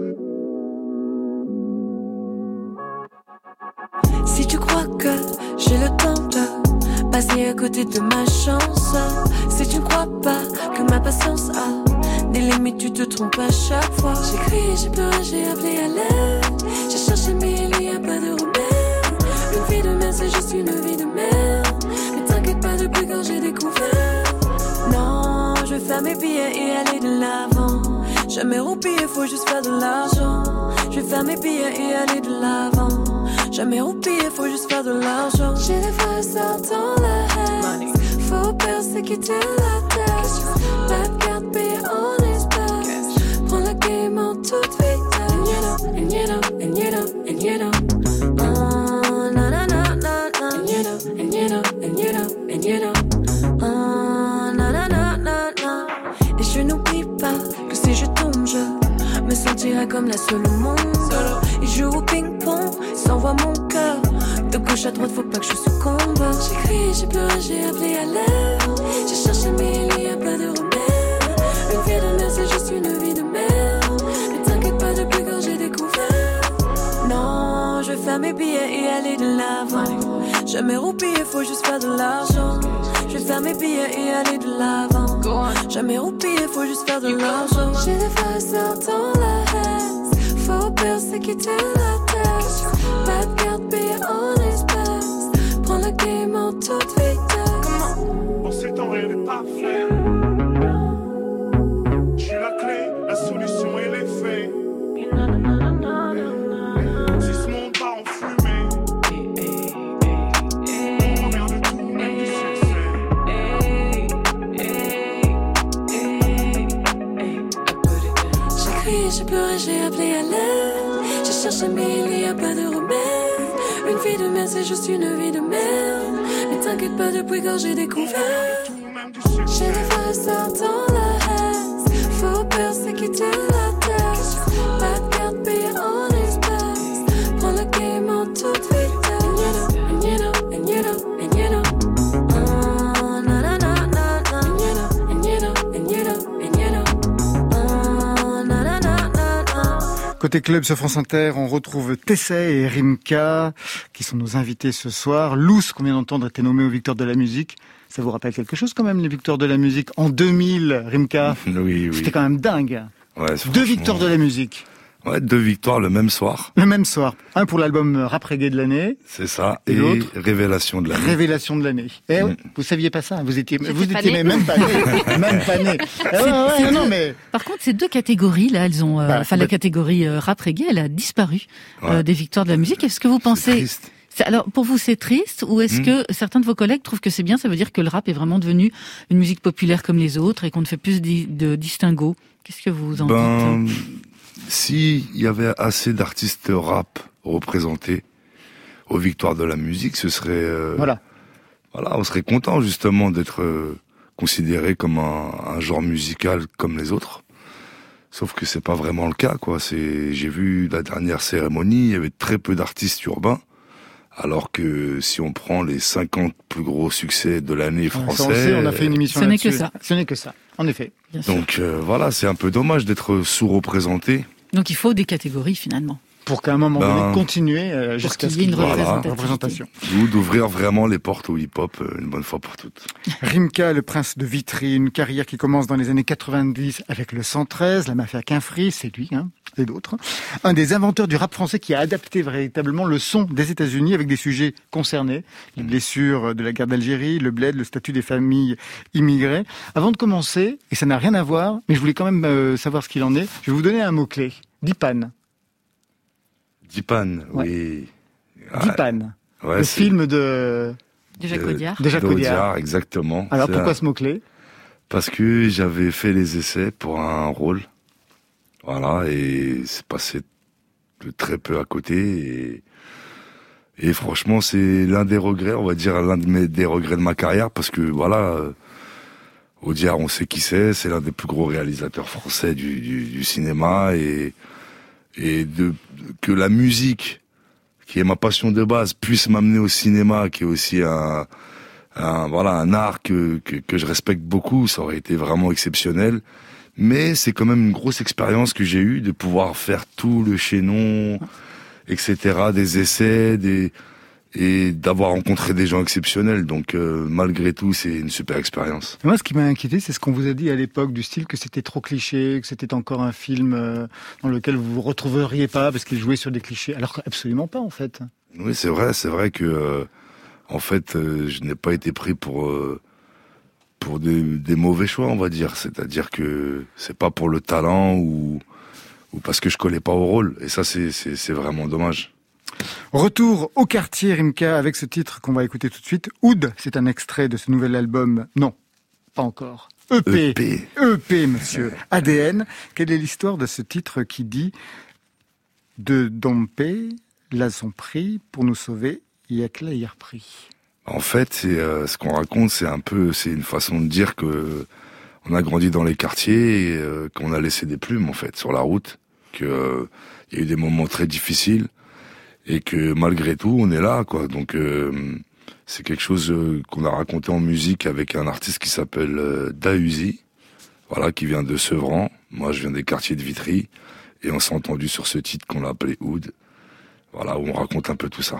Si tu crois que j'ai le temps de passer à côté de ma chance, si tu ne crois pas que ma patience a des limites, tu te trompes à chaque fois. J'ai crié, j'ai pleuré, j'ai appelé à l'aide. J'ai cherché mais il n'y a pas de remède. Une vie de merde, c'est juste une vie de merde. Pas depuis quand j'ai découvert. Non, je vais faire mes billets et aller de l'avant. Jamais roupiller, faut juste faire de l'argent. Je vais faire mes billets et aller de l'avant. Jamais roupiller, faut juste faire de l'argent. J'ai des vrais sorts dans la haine. Faut persécuter la tête. Pas de carte payée en espèces. Prends la game en toute vitesse. And you know, and you know, and you know, and you know. Oh, na na na na na. And you know, and you know, and you know. And you know, oh, na na na na na. Et je n'oublie pas que si je tombe, je me sentirai comme la seule au monde. Et je joue au ping-pong, s'envoie mon cœur. De gauche à droite, faut pas que je succombe. J'ai crié, j'ai pleuré, j'ai appelé à l'aide. J'ai cherché, mais il n'y a pas de remède. Une vie de merde, c'est juste une vie de merde. Mais t'inquiète pas, depuis quand j'ai découvert. Non, je vais faire mes billets et aller de l'avant. Jamais roupiller, faut juste faire de l'argent. Je vais faire mes billets et aller de l'avant. Jamais roupiller, faut juste faire de l'argent. J'ai des vrais sorts dans la haine. Faut persécuter la tête. Pas de carte payée en espèces. Prends la game en toute vitesse. En ces temps, rien n'est parfait. Je suis la clé, la solution et les faits. Si ce monde part en fumée, j'ai pleuré, j'ai appelé à l'aide. J'ai cherché mais il n'y a pas de remède. Une vie de merde, c'est juste une vie de merde. Mais t'inquiète pas, depuis quand j'ai découvert. J'ai des vrais sorts dans la haine. Faut persécuter la tête. Pas de carte payée en espèces. Prends la game en toute vitesse. And you know, and you know, and you know. Oh, na na na na na. And you know, and you know, and you know, and you know. Côté club sur France Inter, on retrouve Tessa et Rimka, qui sont nos invités ce soir. Loose, qu'on vient d'entendre, était nommé aux Victoires de la musique. Ça vous rappelle quelque chose quand même, les Victoires de la musique en deux mille, Rimka? Oui, oui. C'était quand même dingue. Ouais, Deux Victoires de la musique. Ouais, deux victoires le même soir. Le même soir. Un pour l'album Rap Reggae de l'année. C'est ça. Et, et l'autre Révélation de l'année. Révélation de l'année. Eh, mmh. Vous saviez pas ça. Vous étiez, J'étais vous pas étiez née. même pas né. Même pas né. Eh ouais, ouais, c'est non, deux- mais Par contre, ces deux catégories, là, elles ont, euh, Bah, enfin, bah- la catégorie euh, rap reggae, elle a disparu euh, Ouais. des victoires de la musique. Est-ce que vous C'est pensez, triste. c'est- alors, pour vous, c'est triste, ou est-ce Mm. que certains de vos collègues trouvent que c'est bien? Ça veut dire que le rap est vraiment devenu une musique populaire comme les autres et qu'on ne fait plus di- de distinguo. Qu'est-ce que vous en Ben, dites? si il y avait assez d'artistes rap représentés aux victoires de la musique, ce serait, euh, voilà. voilà, on serait content justement d'être euh, considéré comme un, un genre musical comme les autres. Sauf que c'est pas vraiment le cas, quoi. C'est, j'ai vu la dernière cérémonie, il y avait très peu d'artistes urbains, alors que si on prend les cinquante plus gros succès de l'année Ça, on français, sait, on a fait une émission Ce n'est là-dessus. que ça. Ce n'est que ça. En effet. Bien sûr. donc euh, voilà, c'est un peu dommage d'être sous-représenté. Donc il faut des catégories finalement. Pour qu'à un moment Ben, donné, continuer euh, Pour jusqu'à qu'il ce y ait une qu'il y ait Voilà. représentation. Ou d'ouvrir vraiment les portes au hip-hop euh, une bonne fois pour toutes. Rimka, le prince de Vitry, une carrière qui commence dans les années quatre-vingt-dix avec le cent treize, la mafia Quinfri, c'est lui, hein, et d'autres. Un des inventeurs du rap français qui a adapté véritablement le son des États-Unis avec des sujets concernés, les blessures de la guerre d'Algérie, le bled, le statut des familles immigrées. Avant de commencer, et ça n'a rien à voir, mais je voulais quand même euh, savoir ce qu'il en est, je vais vous donner un mot-clé. Dipan. Dipan, oui. Ah, Dipan. ouais, le c'est- film de, De Jacques de- Audiard. de Jacques Audiard. d'Audiard, exactement. Alors C'est pourquoi un- ce mot-clé? Parce que j'avais fait les essais pour un rôle. Voilà, et c'est passé de très peu à côté. Et, et franchement, c'est l'un des regrets, on va dire, l'un de mes, des regrets de ma carrière, parce que voilà, euh, Audiard, on sait qui c'est, c'est l'un des plus gros réalisateurs français du, du, du cinéma, et, et de, que la musique, qui est ma passion de base, puisse m'amener au cinéma, qui est aussi un, un voilà, un art que, que, que je respecte beaucoup, ça aurait été vraiment exceptionnel. Mais c'est quand même une grosse expérience que j'ai eue de pouvoir faire tout le chaînon, et cetera, des essais, des et d'avoir rencontré des gens exceptionnels. Donc euh, malgré tout, c'est une super expérience. Moi, ce qui m'a inquiété, c'est ce qu'on vous a dit à l'époque, du style que c'était trop cliché, que c'était encore un film euh, dans lequel vous vous retrouveriez pas parce qu'il jouait sur des clichés, alors qu'absolument pas en fait. Oui, c'est vrai, c'est vrai que euh, en fait, euh, je n'ai pas été pris pour euh, pour des, des mauvais choix, on va dire. C'est-à-dire que c'est pas pour le talent ou ou parce que je collais pas au rôle. Et ça, c'est c'est, c'est vraiment dommage. Retour au quartier, Rimka, avec ce titre qu'on va écouter tout de suite. Oud, c'est un extrait de ce nouvel album. Non, pas encore. E P. E P. E P, monsieur. A D N. Quelle est l'histoire de ce titre qui dit « De Dompé, là son prix, pour nous sauver, il y a que là hier pris. » En fait, c'est euh, ce qu'on raconte, c'est un peu, c'est une façon de dire que on a grandi dans les quartiers, et, euh, qu'on a laissé des plumes en fait sur la route, que euh, il y a eu des moments très difficiles et que malgré tout, on est là, quoi. Donc euh, c'est quelque chose euh, qu'on a raconté en musique avec un artiste qui s'appelle euh, Dahuzi, voilà, qui vient de Sevran. Moi, je viens des quartiers de Vitry, et on s'est entendu sur ce titre qu'on a appelé Oud. Voilà, où on raconte un peu tout ça.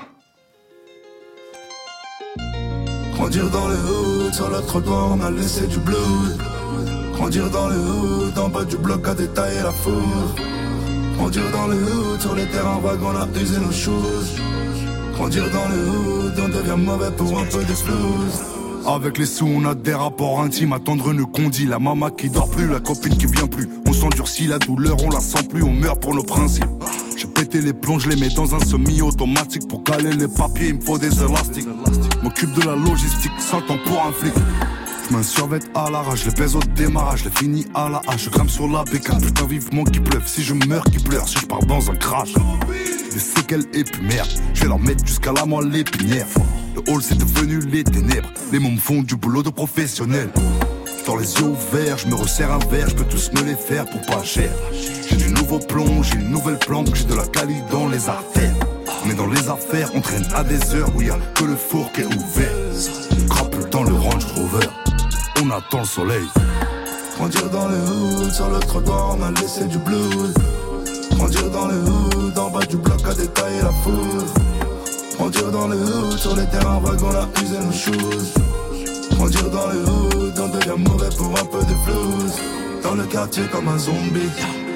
Grandir dans le hood, sur le trottoir on a laissé du blood. Grandir dans le hood, en bas du bloc à détailler la foudre. Grandir dans le hood, sur les terrains vagues on a usé nos choses. Grandir dans le hood, on devient mauvais pour un peu de flouze. Avec les sous on a des rapports intimes, attendre une condit. La maman qui dort plus, la copine qui vient plus. On s'endurcit, la douleur on la sent plus, on meurt pour nos principes. J'ai pété les plombs, je les mets dans un semi-automatique. Pour caler les papiers, il me faut des élastiques. M'occupe de la logistique, sans temps pour un flic. Je m'en survêt à l'arrache, les pèse au démarrage, les finis à la hache. Je crame sur la bécane, putain vivement qu'il pleuve. Si je meurs, qu'il pleure, si je pars dans un crash. Des séquelles et puis merde, je vais leur mettre jusqu'à la moelle épinière. Le hall c'est devenu les ténèbres, les mômes font du boulot de professionnel. Dans les yeux ouverts, je me resserre un verre, je peux tous me les faire pour pas cher. J'ai du nouveau plomb, j'ai une nouvelle planque, j'ai de la qualité dans les artères. Mais dans les affaires, on traîne à des heures où y a que le four qui est ouvert. Crapule dans le Range Rover, on attend le soleil. Grandir dans le hood, sur le trottoir on a laissé du blues. Grandir dans le hood, en bas du bloc à détailler la foudre. Grandir dans le hood, sur les terrains vagues on a usé nos choses. Grandir dans le hood, on devient mauvais pour un peu de flouze. Dans le quartier comme un zombie,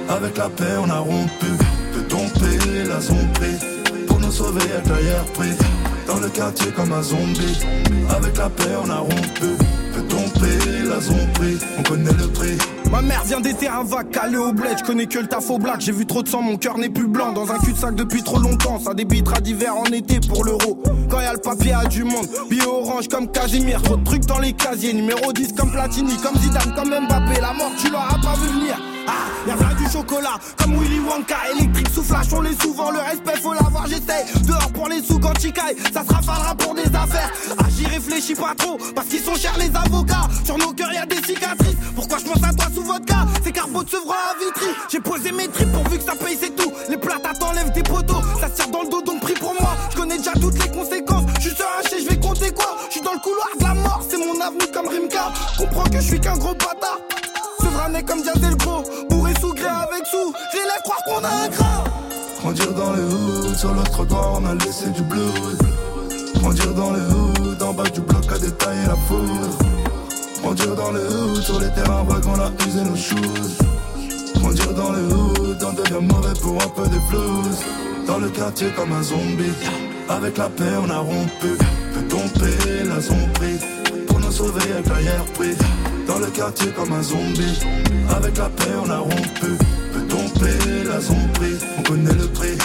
Avec la paix on a rompu. Peut-on payer la zombie pour nous sauver à tailleur prix? Dans le quartier comme un zombie. Avec la paix on a rompu. Peut-on payer la zombie? On connaît le prix. Ma mère vient des terrains vagues, calée au bled, je connais que le taf au black. J'ai vu trop de sang, mon cœur n'est plus blanc. Dans un cul-de-sac depuis trop longtemps, ça débitera d'hiver en été pour l'euro. Quand y'a le papier à du monde, billet orange comme Casimir. Trop de trucs dans les casiers, numéro dix comme Platini, comme Zidane, comme Mbappé. La mort tu l'auras pas vu venir. Ah, y'a plein du chocolat, comme Willy Wonka. Électrique, soufflage, on les souvent, le respect faut l'avoir, j'essaye. Dehors pour les sous quand chicaille, ça se rafalera pour des affaires. Ah, j'y réfléchis pas trop, parce qu'ils sont chers les avocats. Sur nos cœurs y'a des cicatrices, pourquoi je pense à toi sous vodka? C'est Carbo de Sevran à Vitry, j'ai posé mes tripes pourvu que ça paye c'est tout. Les plats t'enlèvent des poteaux, ça se tire dans le dos donc prie pour moi. Je connais déjà toutes les conséquences, je suis sur un chai, je vais compter quoi? Je suis dans le couloir de la mort, c'est mon avenue comme Rimka. Comprends que je suis qu'un gros bâtard. Sevrané comme Diaz et le gros, bourré sous gré avec sous, j'ai l'air croire qu'on a un gras. Grandir dans les hoods, sur le trottoir on a laissé du blues. Grandir dans les hoods, en bas du bloc à détailler la foudre. Grandir dans les hoods, sur les terrains vagues on a usé nos shoes. Grandir dans les hoods, on devient mauvais pour un peu de blues. Dans le quartier comme un zombie, avec la paix on a rompu. Peut-on payer la zombie pour nous sauver avec l'arrière prix? Dans le quartier comme un zombie, avec la paix on a rompu. Peut-on payer la zombie? On connaît le prix.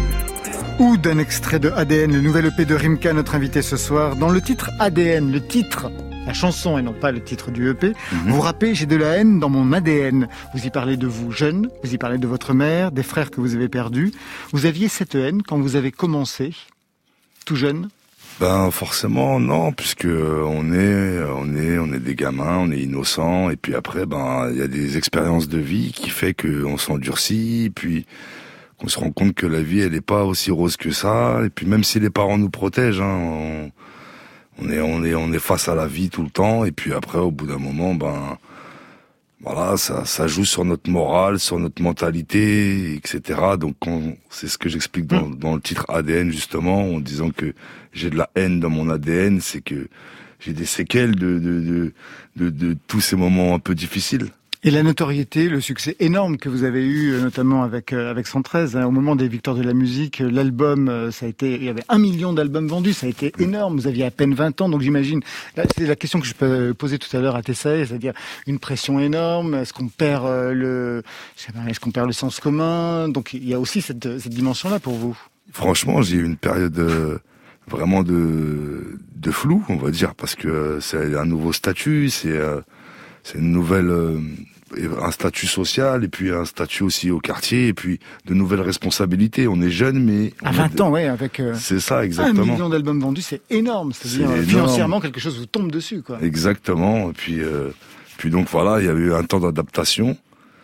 Ou d'un extrait de A D N, le nouvel E P de Rimka, notre invité ce soir. Dans le titre A D N, le titre, la chanson et non pas le titre du E P, mm-hmm. Vous rappez, j'ai de la haine dans mon A D N. Vous y parlez de vous jeune, vous y parlez de votre mère, des frères que vous avez perdus. Vous aviez cette haine quand vous avez commencé, tout jeune? Ben forcément non, puisque on est on est on est des gamins, on est innocents, et puis après ben il y a des expériences de vie qui fait que on s'endurcit, puis qu'on se rend compte que la vie elle est pas aussi rose que ça, et puis même si les parents nous protègent, hein, on, on est on est on est face à la vie tout le temps, et puis après au bout d'un moment ben voilà, ça, ça joue sur notre morale, sur notre mentalité, et cetera. Donc, on, c'est ce que j'explique dans, dans le titre A D N, justement, en disant que j'ai de la haine dans mon A D N, c'est que j'ai des séquelles de, de, de, de, de tous ces moments un peu difficiles. Et la notoriété, le succès énorme que vous avez eu, notamment avec avec cent treize, hein, au moment des Victoires de la musique, l'album, ça a été, il y avait un million d'albums vendus, ça a été énorme. Vous aviez à peine vingt ans, donc j'imagine, là, c'est la question que je peux poser tout à l'heure à Tessae, c'est-à-dire une pression énorme. Est-ce qu'on perd le, je sais pas, est-ce qu'on perd le sens commun? Donc il y a aussi cette cette dimension-là pour vous. Franchement, j'ai eu une période euh, vraiment de de flou, on va dire, parce que c'est un nouveau statut, c'est euh, c'est une nouvelle euh, un statut social, et puis un statut aussi au quartier, et puis de nouvelles responsabilités. On est jeune, mais... À vingt ans, ouais, avec euh, c'est ça, exactement. Un million d'albums vendus, c'est énorme. C'est-à-dire, c'est financièrement, quelque chose vous tombe dessus, quoi. Exactement. Et puis, euh, puis donc voilà, il y a eu un temps d'adaptation.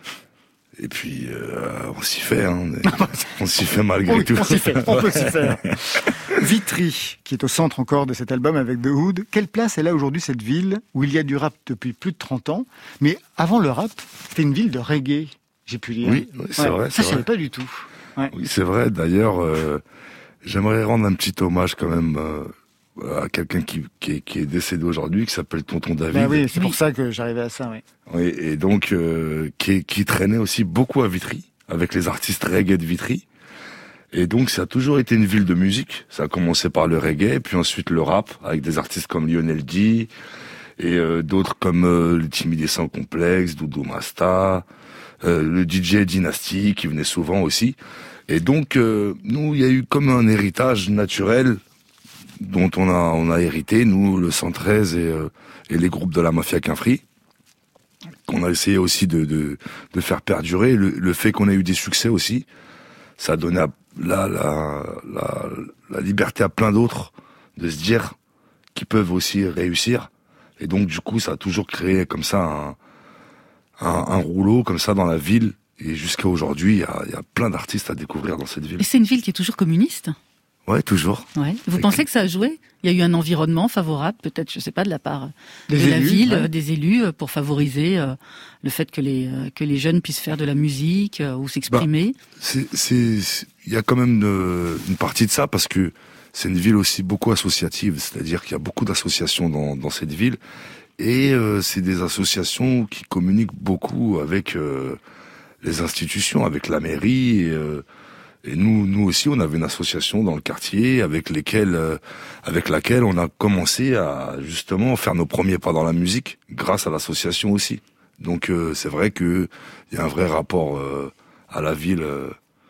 Et puis, euh, on s'y fait, hein. On s'y fait malgré oui, tout. On s'y fait, on peut s'y faire. Vitry, qui est au centre encore de cet album avec The Hood. Quelle place elle a aujourd'hui, cette ville où il y a du rap depuis plus de trente ans? Mais avant le rap, c'était une ville de reggae, j'ai pu lire. Oui, oui c'est ouais, vrai. Ça, je savais pas du tout. Ouais. Oui, c'est vrai. D'ailleurs, euh, j'aimerais rendre un petit hommage quand même euh, à quelqu'un qui, qui, est, qui est décédé aujourd'hui, qui s'appelle Tonton David. Ben oui, c'est pour ça que j'arrivais à ça, oui. Oui, et donc, euh, qui, qui traînait aussi beaucoup à Vitry, avec les artistes reggae de Vitry. Et donc, ça a toujours été une ville de musique. Ça a commencé par le reggae, puis ensuite le rap, avec des artistes comme Lionel D, et euh, d'autres comme euh, le Timidé Sans Complexe, Doudou Masta, euh, le D J Dynasty, qui venait souvent aussi. Et donc, euh, nous, il y a eu comme un héritage naturel dont on a on a hérité, nous, le cent treize et, euh, et les groupes de la Mafia Quinfri, qu'on a essayé aussi de, de, de faire perdurer. Le, le fait qu'on ait eu des succès aussi, ça a donné à, la, la, la, la liberté à plein d'autres de se dire qu'ils peuvent aussi réussir. Et donc, du coup, ça a toujours créé comme ça un, un, un rouleau comme ça dans la ville. Et jusqu'à aujourd'hui, il y a, y a plein d'artistes à découvrir dans cette ville. Et c'est une ville qui est toujours communiste ? Ouais, toujours. Ouais. Vous pensez que ça a joué ? Il y a eu un environnement favorable, peut-être, je sais pas, de la part des de élus, la ville, ouais. des élus, pour favoriser euh, le fait que les euh, que les jeunes puissent faire de la musique euh, ou s'exprimer. Bah, c'est, c'est, il y a quand même de, une partie de ça parce que c'est une ville aussi beaucoup associative, c'est-à-dire qu'il y a beaucoup d'associations dans, dans cette ville et euh, c'est des associations qui communiquent beaucoup avec euh, les institutions, avec la mairie. Et, euh, et nous, nous aussi, on avait une association dans le quartier avec lesquelles, euh, avec laquelle on a commencé à justement faire nos premiers pas dans la musique, grâce à l'association aussi. Donc euh, c'est vrai que il y a un vrai rapport euh, à la ville euh,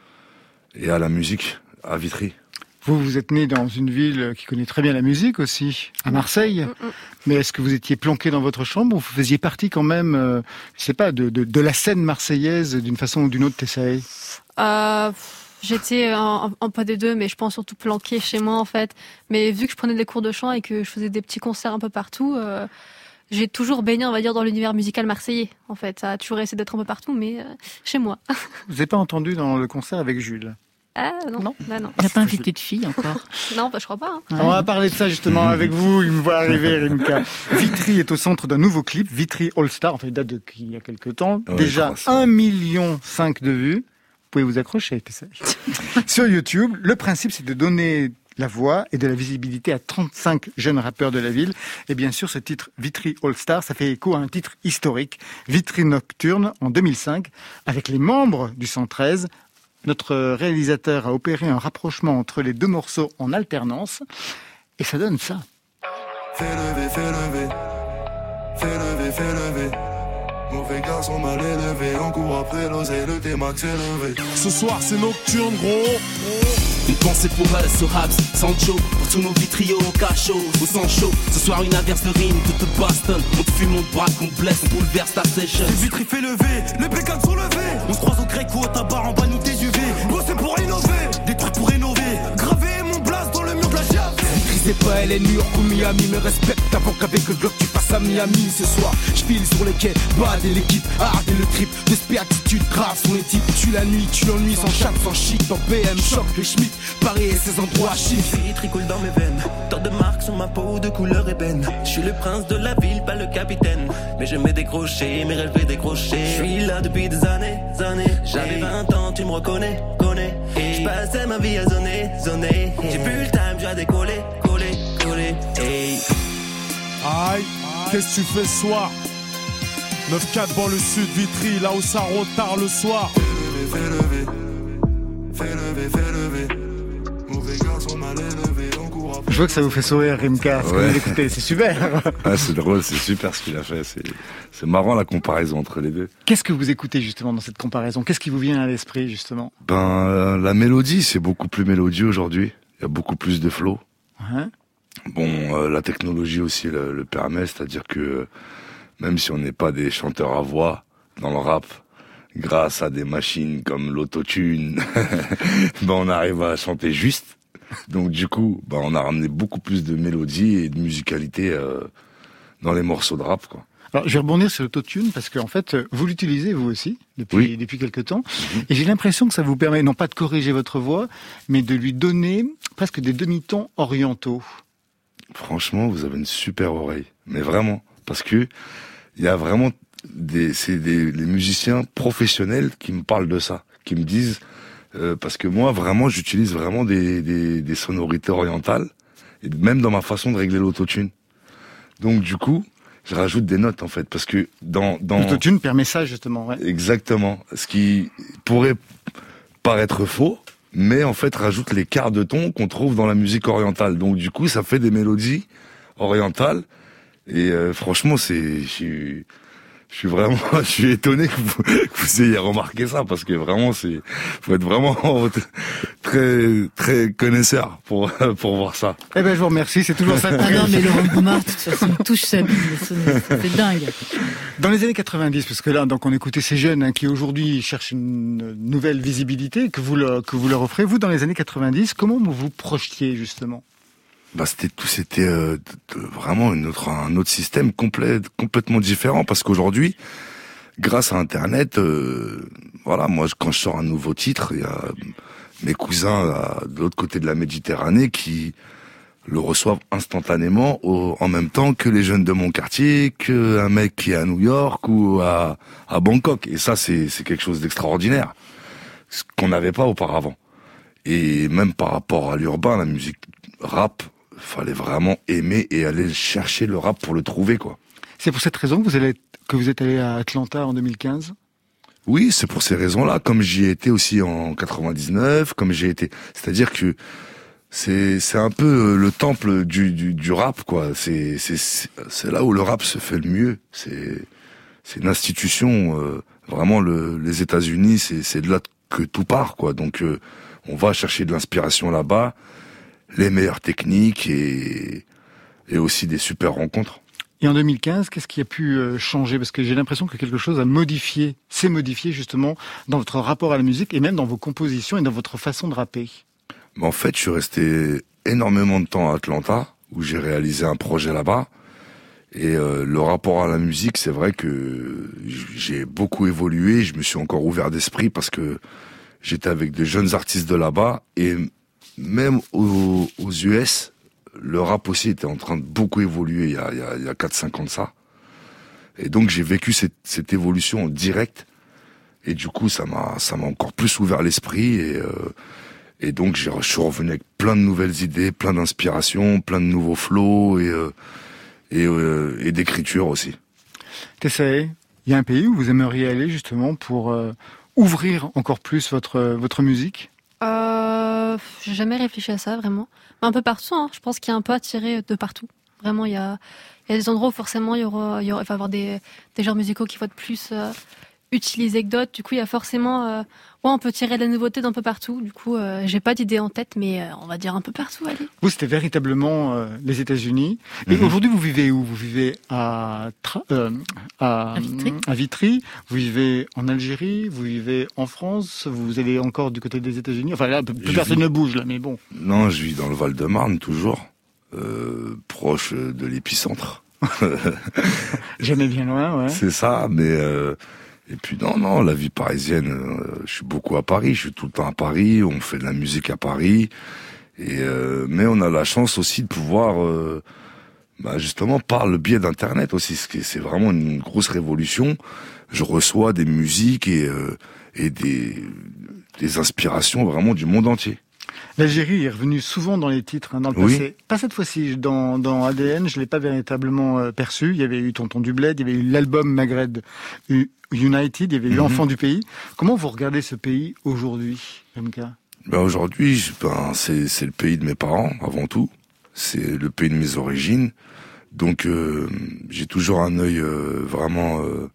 et à la musique à Vitry. Vous, vous êtes né dans une ville qui connaît très bien la musique aussi, à Marseille. Mais est-ce que vous étiez planqué dans votre chambre ou vous faisiez partie quand même, euh, je sais pas, de, de, de la scène marseillaise d'une façon ou d'une autre, Tessae ? Euh, j'étais en, en pas des deux, mais je pense surtout planqué chez moi en fait. Mais vu que je prenais des cours de chant et que je faisais des petits concerts un peu partout, euh, j'ai toujours baigné, on va dire, dans l'univers musical marseillais. En fait, ça a toujours essayé d'être un peu partout, mais euh, chez moi. Vous n'avez pas entendu dans le concert avec Jules ? Ah non, non, bah, non. Il n'a pas invité de filles encore. Non, bah, je crois pas. Hein. On va parler de ça justement avec vous. Il me voit arriver, Rimka. Vitry est au centre d'un nouveau clip, Vitry All Star. Enfin, il date d'il y a quelques temps. Ouais, déjà un million cinq de vues. Vous pouvez vous accrocher, Tessae. Sur YouTube, le principe, c'est de donner la voix et de la visibilité à trente-cinq jeunes rappeurs de la ville. Et bien sûr, ce titre Vitry All Star, ça fait écho à un titre historique, Vitry Nocturne, en deux mille cinq, avec les membres du cent treize. Notre réalisateur a opéré un rapprochement entre les deux morceaux en alternance, et ça donne ça. Fais lever, fais lever, fais lever, fais lever. Mauvais garçon mal élevé, on court après l'oseille, le T-Max est levé. Ce soir c'est nocturne gros. Une pensée pour elle, ce raps, Sancho, pour tous nos vitriaux au cachot, au sang chaud. Ce soir une averse de rime, tout te bastonne. On te fume, on te braque, on te blesse, on bouleverse ta session. Les Vitry fait lever, les bécanes sont levées. On se croise au grec ou au tabac, en bas nous des U V. Bosser pour innover, des trucs pour rénover. Graver mon blast dans le mur de la G A V. Vitry c'est pas elle est New York ou Miami. Me respecte avant qu'avec le Glock tu passes à Miami. Ce soir, je file sur les quais, bad et l'équipe, hard et le trip. De spéatitude grave sur les types. Tu la nuit, tu l'ennuies sans chat, sans chic. Dans B M, choc, les Schmitt. Paris et ses endroits chiffres. Vitry coule dans mes veines. Tant de marques sur ma peau de couleur ébène. Je suis le prince de la ville, pas le capitaine. Mais je mets des crochets, mes rêves et des crochets. Je suis là depuis des années, années. J'avais vingt ans, tu me reconnais, connais. Je passais ma vie à zoner, zoner. J'ai plus le time, j'ai décollé, coller, coller. Hey. Aïe, qu'est-ce que tu fais ce soir? neuf quatre dans le sud, Vitry, là où ça retard le soir. Fais lever, fais lever. Fais lever, fais lever. Mauvais garçon mal élevé, on court après. Je vois que ça vous fait sourire, Rimka, ce que Ouais. vous écoutez, c'est super. Ah, c'est drôle, c'est super ce qu'il a fait. C'est, c'est marrant la comparaison entre les deux. Qu'est-ce que vous écoutez justement dans cette comparaison? Qu'est-ce qui vous vient à l'esprit justement? Ben, euh, la mélodie, c'est beaucoup plus mélodieux aujourd'hui. Il y a beaucoup plus de flow. Ouais. Bon, euh, la technologie aussi le, le permet, c'est-à-dire que euh, même si on n'est pas des chanteurs à voix dans le rap, grâce à des machines comme l'autotune, ben on arrive à chanter juste. Donc du coup, ben on a ramené beaucoup plus de mélodie et de musicalité euh, dans les morceaux de rap, quoi. Alors, je vais rebondir sur l'autotune parce qu'en fait, vous l'utilisez vous aussi depuis Oui. depuis quelque temps, mm-hmm. et j'ai l'impression que ça vous permet non pas de corriger votre voix, mais de lui donner presque des demi-tons orientaux. Franchement, vous avez une super oreille, mais vraiment, parce que il y a vraiment des, c'est des les musiciens professionnels qui me parlent de ça, qui me disent, euh, parce que moi vraiment, j'utilise vraiment des, des des sonorités orientales, et même dans ma façon de régler l'autotune. Donc du coup, je rajoute des notes en fait, parce que dans dans L'autotune permet ça justement. Ouais. Exactement, ce qui pourrait paraître faux, mais en fait rajoute les quarts de ton qu'on trouve dans la musique orientale. Donc du coup, ça fait des mélodies orientales. Et euh, franchement, c'est, je suis, je suis vraiment, je suis étonné que vous, que vous ayez remarqué ça, parce que vraiment, c'est, faut être vraiment très, très connaisseur pour pour voir ça. Eh ben, je vous remercie. C'est toujours ça. Ah non, mais Laurent Goumard, de toute façon, il touche sa bille, c'est dingue. Dans les années quatre-vingt-dix, parce que là, donc, on écoutait ces jeunes hein, qui aujourd'hui cherchent une nouvelle visibilité que vous le, que vous leur offrez. Vous, dans les années quatre-vingt-dix, comment vous vous projetiez justement? Bah c'était tout, c'était euh, de, de, vraiment une autre, un autre système complet, complètement différent, parce qu'aujourd'hui, grâce à Internet, euh, voilà, moi quand je sors un nouveau titre, il y a mes cousins à, de l'autre côté de la Méditerranée qui le reçoivent instantanément, au, en même temps que les jeunes de mon quartier, que un mec qui est à New York ou à, à Bangkok. Et ça, c'est, c'est quelque chose d'extraordinaire, ce qu'on n'avait pas auparavant. Et même par rapport à l'urbain, la musique rap, fallait vraiment aimer et aller chercher le rap pour le trouver, quoi. C'est pour cette raison que vous allez, que vous êtes allé à Atlanta en deux mille quinze? Oui, c'est pour ces raisons-là, comme j'y ai été aussi en quatre-vingt-dix-neuf, comme j'ai été... C'est-à-dire que c'est c'est un peu le temple du du, du rap, quoi. C'est c'est c'est là où le rap se fait le mieux. C'est c'est une institution, euh, vraiment, le, les États-Unis, c'est c'est de là que tout part, quoi. Donc, euh, on va chercher de l'inspiration là-bas, les meilleures techniques et et aussi des super rencontres. Et en deux mille quinze, qu'est-ce qui a pu changer? Parce que j'ai l'impression que quelque chose a modifié, s'est modifié justement dans votre rapport à la musique et même dans vos compositions et dans votre façon de rapper. Mais en fait, je suis resté énormément de temps à Atlanta, où j'ai réalisé un projet là-bas. Et euh, le rapport à la musique, c'est vrai que j'ai beaucoup évolué. Je me suis encore ouvert d'esprit parce que j'étais avec de jeunes artistes de là-bas. Et même aux, aux U S, le rap aussi était en train de beaucoup évoluer il y a, il y a, il y a quatre cinq ans de ça. Et donc j'ai vécu cette, cette évolution en direct. Et du coup, ça m'a, ça m'a encore plus ouvert l'esprit. Et, euh, et donc j'ai, je suis revenu avec plein de nouvelles idées, plein d'inspirations, plein de nouveaux flows et, euh, et, euh, et d'écriture aussi. Tessae, il y a un pays où vous aimeriez aller justement pour euh, ouvrir encore plus votre, votre musique? Euh, j'ai jamais réfléchi à ça, vraiment. Mais un peu partout, hein. Je pense qu'il y a un peu attiré de partout. Vraiment, il y a, il y a des endroits où forcément il y aura, il y aura, il va y avoir des, des genres musicaux qui vont être plus euh, utilisés que d'autres. Du coup, il y a forcément, euh, ouais, on peut tirer de la nouveauté d'un peu partout. Du coup, euh, j'ai pas d'idée en tête, mais euh, on va dire un peu partout, allez. Vous, c'était véritablement euh, les États-Unis. Et mmh. aujourd'hui, vous vivez où? Vous vivez à, Tra- euh, à, à, Vitry. à Vitry. Vous vivez en Algérie. Vous vivez en France. Vous allez encore du côté des États-Unis. Enfin là, plus je personne vis... ne bouge là, mais bon. Non, je vis dans le Val-de-Marne toujours, euh, proche de l'épicentre. Jamais bien loin, ouais. C'est ça, mais. Euh... Et puis non, non, la vie parisienne, euh, je suis beaucoup à Paris, je suis tout le temps à Paris, on fait de la musique à Paris, et euh, mais on a la chance aussi de pouvoir, euh, bah justement, par le biais d'Internet aussi, ce qui c'est vraiment une grosse révolution. Je reçois des musiques et euh, et des des inspirations vraiment du monde entier. L'Algérie est revenue souvent dans les titres, hein, dans le oui. passé. Pas cette fois-ci, dans, dans A D N, je l'ai pas véritablement euh, perçu. Il y avait eu Tonton du Bled, il y avait eu l'album Maghreb United, il y avait eu mm-hmm. L'Enfant du Pays. Comment vous regardez ce pays aujourd'hui, M K? Ben aujourd'hui, ben, c'est, c'est le pays de mes parents, avant tout. C'est le pays de mes origines. Donc euh, j'ai toujours un œil euh, vraiment... Euh,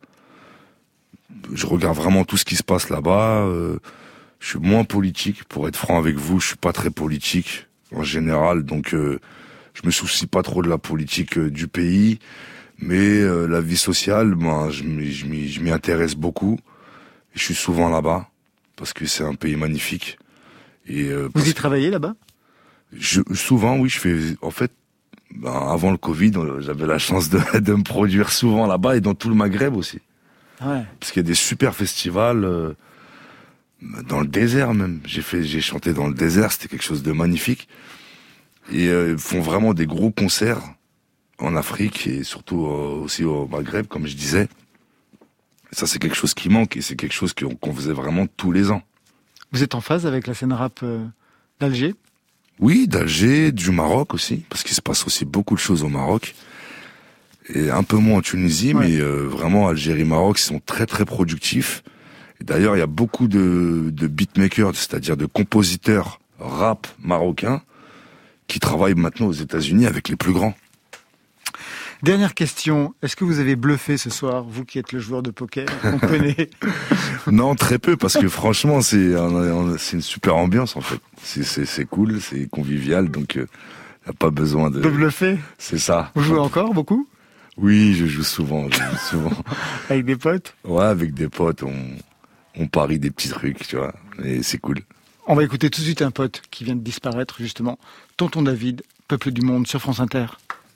je regarde vraiment tout ce qui se passe là-bas. Euh, Je suis moins politique, pour être franc avec vous. Je suis pas très politique en général, donc euh, je me soucie pas trop de la politique euh, du pays. Mais euh, la vie sociale, ben, je m'y, je m'y, je m'y intéresse beaucoup. Je suis souvent là-bas parce que c'est un pays magnifique. Et euh, vous y travaillez là-bas? Je, souvent, oui. Je fais. En fait, ben, avant le Covid, j'avais la chance de, de me produire souvent là-bas et dans tout le Maghreb aussi. Ouais. Parce qu'il y a des super festivals. Euh, Dans le désert même, j'ai fait, j'ai chanté dans le désert, c'était quelque chose de magnifique. Et euh, ils font vraiment des gros concerts en Afrique et surtout euh, aussi au Maghreb, comme je disais. Et ça, c'est quelque chose qui manque et c'est quelque chose qu'on, qu'on faisait vraiment tous les ans. Vous êtes en phase avec la scène rap euh, d'Alger? Oui, d'Alger, du Maroc aussi, parce qu'il se passe aussi beaucoup de choses au Maroc. Et un peu moins en Tunisie, ouais. mais euh, vraiment Algérie, Maroc, ils sont très très productifs. Et d'ailleurs, il y a beaucoup de, de beatmakers, c'est-à-dire de compositeurs rap marocains, qui travaillent maintenant aux États-Unis avec les plus grands. Dernière question, est-ce que vous avez bluffé ce soir, vous qui êtes le joueur de poker qu'on connaît? Non, très peu, parce que franchement, c'est, un, c'est une super ambiance en fait. C'est, c'est, c'est cool, c'est convivial, donc il euh, n'y a pas besoin de... De bluffer? C'est ça. Vous jouez encore beaucoup? Oui, je joue souvent, je joue souvent. Avec des potes? Ouais, avec des potes, on... On parie des petits trucs, tu vois, et c'est cool. On va écouter tout de suite un pote qui vient de disparaître, justement. Tonton David, Peuple du Monde, sur France Inter.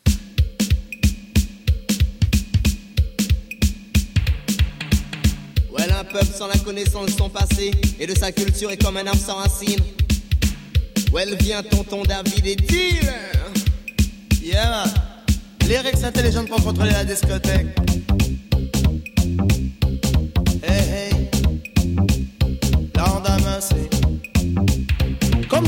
Ouais, un peuple sans la connaissance de son passé et de sa culture est comme un arbre sans racines. Ouais, vient Tonton David et tire. Yeah, les règles intelligentes pour contrôler la discothèque. Hey, hey. Comme dans des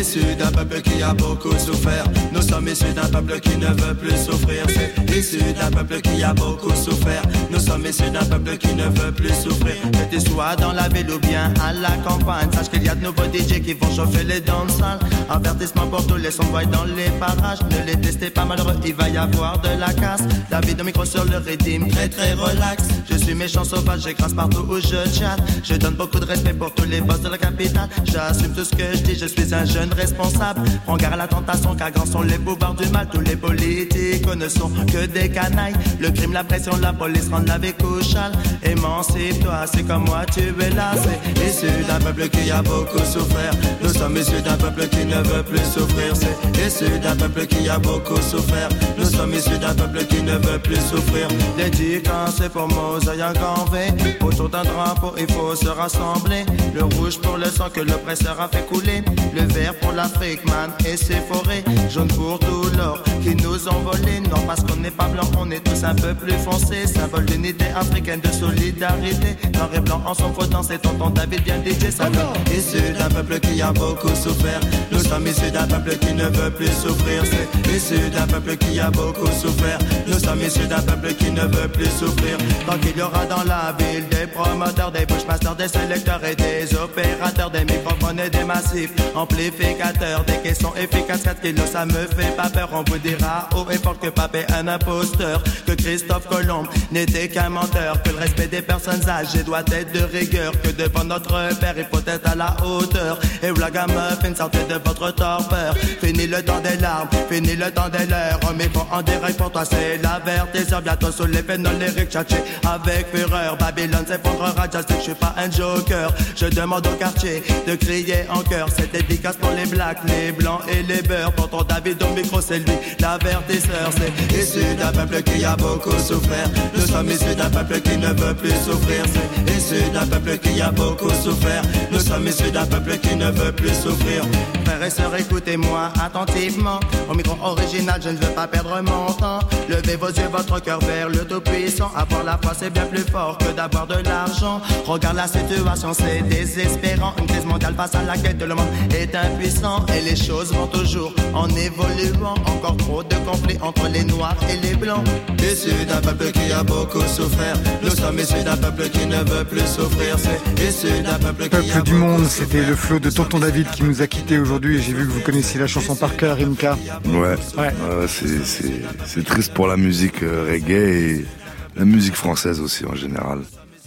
issus d'un peuple qui a beaucoup souffert. Nous sommes issus d'un peuple qui ne veut plus souffrir. C'est issus d'un peuple qui a beaucoup souffert. Nous sommes issus d'un peuple qui ne veut plus souffrir. Que tu sois dans la ville ou bien à la campagne, sache qu'il y a de nouveaux D J qui vont chauffer les danses. Avertissement pour tous les sons-boys dans les parages. Ne les testez pas malheureux, il va y avoir de la casse. David au micro sur le rythme, très très relax. Je suis méchant sauvage, j'écrase partout où je chatte. Je donne beaucoup de respect pour tous les boss de la capitale. J'assume tout ce que je dis, je suis un jeune responsable. Prends garde à la tentation car grands sont les pouvoirs du mal. Tous les politiques ne sont que des canailles. Le crime, la pression, la police rendent la vie couchale. Émancipe-toi, c'est comme moi tu es là. C'est issu d'un peuple qui a beaucoup souffert. Nous sommes issus d'un peuple qui ne veut plus souffrir. C'est issu d'un peuple qui a beaucoup souffert. Nous sommes issus d'un peuple qui ne veut plus souffrir. Dédicacé pour Mosaï en grand V. Autour d'un drapeau il faut se rassembler. Le rouge pour le sang que l'oppresseur a fait couler. Le vert pour l'Afrique man et ses forêts. Jaune pour tout l'or qui nous ont volé. Non parce qu'on n'est pas blanc, on est tous un peu plus foncés. Symbole d'unité africaine, de solidarité. Noir et blanc en son frottant, c'est tonton David bien D J. Ça issu d'un peuple qui a beaucoup souffert. Nous sommes issus d'un peuple qui ne veut plus souffrir. C'est issu d'un peuple qui a beaucoup souffert. Nous sommes issus d'un peuple qui ne veut plus souffrir. Tant qu'il y aura dans la ville des promoteurs, des bushmasters, des sélecteurs et des opérateurs, des microphones et des massifs amplificateurs, des caissons efficaces, quatre kilos ça me fait pas peur. On vous dira haut et fort que Pape est un imposteur, que Christophe Colomb n'était qu'un menteur, que le respect des personnes âgées doit être de rigueur, que devant notre père il faut être à la hauteur. Et Blaga Muffin, sortez de votre torpeur. Fini le temps des larmes, fini le temps des leurs. On met en direct pour toi, c'est l'avertisseur. Bientôt sous les pénoles, les rics tchatchés avec fureur. Babylone s'effondrera, je sais que je suis pas un joker. Je demande au quartier de crier en chœur. C'est dédicace pour les blacks, les blancs et les beurs. Pour ton David au micro, c'est lui l'avertisseur. C'est issu d'un peuple qui a beaucoup souffert. Nous sommes issus d'un peuple qui ne veut plus souffrir. C'est issu d'un peuple qui a beaucoup souffert. Nous sommes issus d'un peuple qui ne veut plus souffrir. Frères et sœurs, écoutez-moi attentivement. Au micro original, je ne veux pas perdre mon temps. Levez vos yeux, votre cœur vers le Tout-Puissant. Avoir la foi, c'est bien plus fort que d'avoir de l'argent. Regarde la situation, c'est désespérant. Une crise mondiale face à laquelle le monde est impuissant. Et les choses vont toujours en évoluant. Encore trop de conflits entre les noirs et les blancs. Issus d'un peuple qui a beaucoup souffert. Nous sommes issus d'un peuple qui ne veut plus souffrir. C'est issu d'un peuple qui Peuple a du beaucoup monde, souffert. c'était le flot de Tonton David qui nous a quittés aujourd'hui. Et j'ai vu que vous connaissiez la chanson par cœur, Rimka. Ouais, Ouais. Euh, c'est, c'est, c'est triste pour la musique euh, reggae et la musique française aussi en général.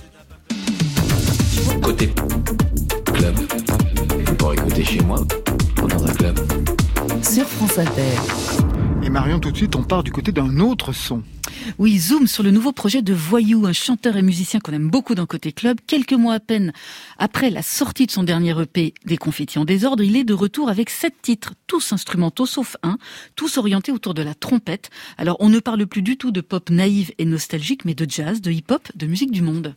Côté club, pour écouter chez moi ou dans un club. Sur France Inter. Et Marion, tout de suite, on part du côté d'un autre son. Oui, zoom sur le nouveau projet de Voyou, un chanteur et musicien qu'on aime beaucoup dans Côté Club. Quelques mois à peine après la sortie de son dernier E P, Des confettis en désordre, il est de retour avec sept titres, tous instrumentaux sauf un, tous orientés autour de la trompette. Alors on ne parle plus du tout de pop naïve et nostalgique, mais de jazz, de hip-hop, de musique du monde.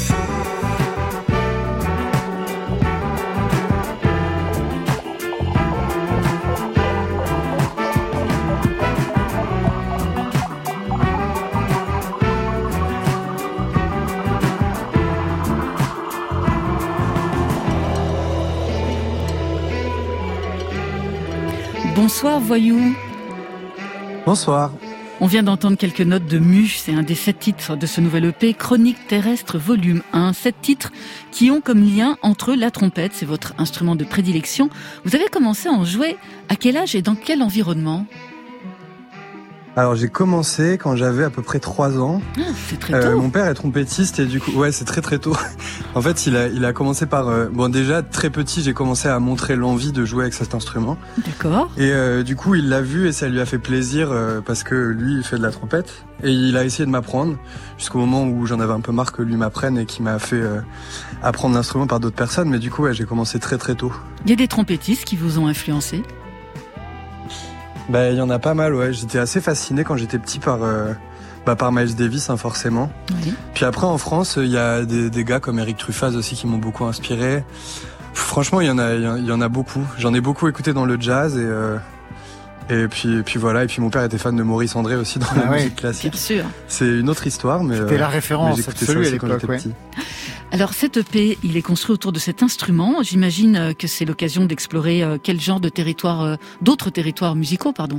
Bonsoir Voyou. Bonsoir. On vient d'entendre quelques notes de Muche, c'est un des sept titres de ce nouvel E P, Chronique terrestre volume un. Sept titres qui ont comme lien entre la trompette, c'est votre instrument de prédilection. Vous avez commencé à en jouer à quel âge et dans quel environnement ? Alors j'ai commencé quand j'avais à peu près trois ans. Ah, c'est très tôt. Euh, mon père est trompettiste et du coup, ouais, c'est très très tôt. En fait, il a il a commencé par euh, bon déjà très petit, j'ai commencé à montrer l'envie de jouer avec cet instrument. D'accord. Et euh, du coup, il l'a vu et ça lui a fait plaisir euh, parce que lui, il fait de la trompette et il a essayé de m'apprendre jusqu'au moment où j'en avais un peu marre que lui m'apprenne et qui m'a fait euh, apprendre l'instrument par d'autres personnes. Mais du coup, ouais, j'ai commencé très très tôt. Il y a des trompettistes qui vous ont influencé ? Bah, il y en a pas mal, ouais. J'étais assez fasciné quand j'étais petit par, euh, bah, par Miles Davis, hein, forcément. Oui. Puis après, en France, il y a des, des gars comme Eric Truffaz aussi qui m'ont beaucoup inspiré. Franchement, il y en a, il y en a beaucoup. J'en ai beaucoup écouté dans le jazz et, euh, et puis, et puis voilà. Et puis mon père était fan de Maurice André aussi dans Ah la ouais, musique classique. Bien sûr. C'est une autre histoire, mais C'était euh, la référence mais j'écoutais absolue ça à aussi quand l'époque, j'étais ouais. petit. Alors cet E P, il est construit autour de cet instrument. J'imagine que c'est l'occasion d'explorer quel genre de territoire, d'autres territoires musicaux, pardon.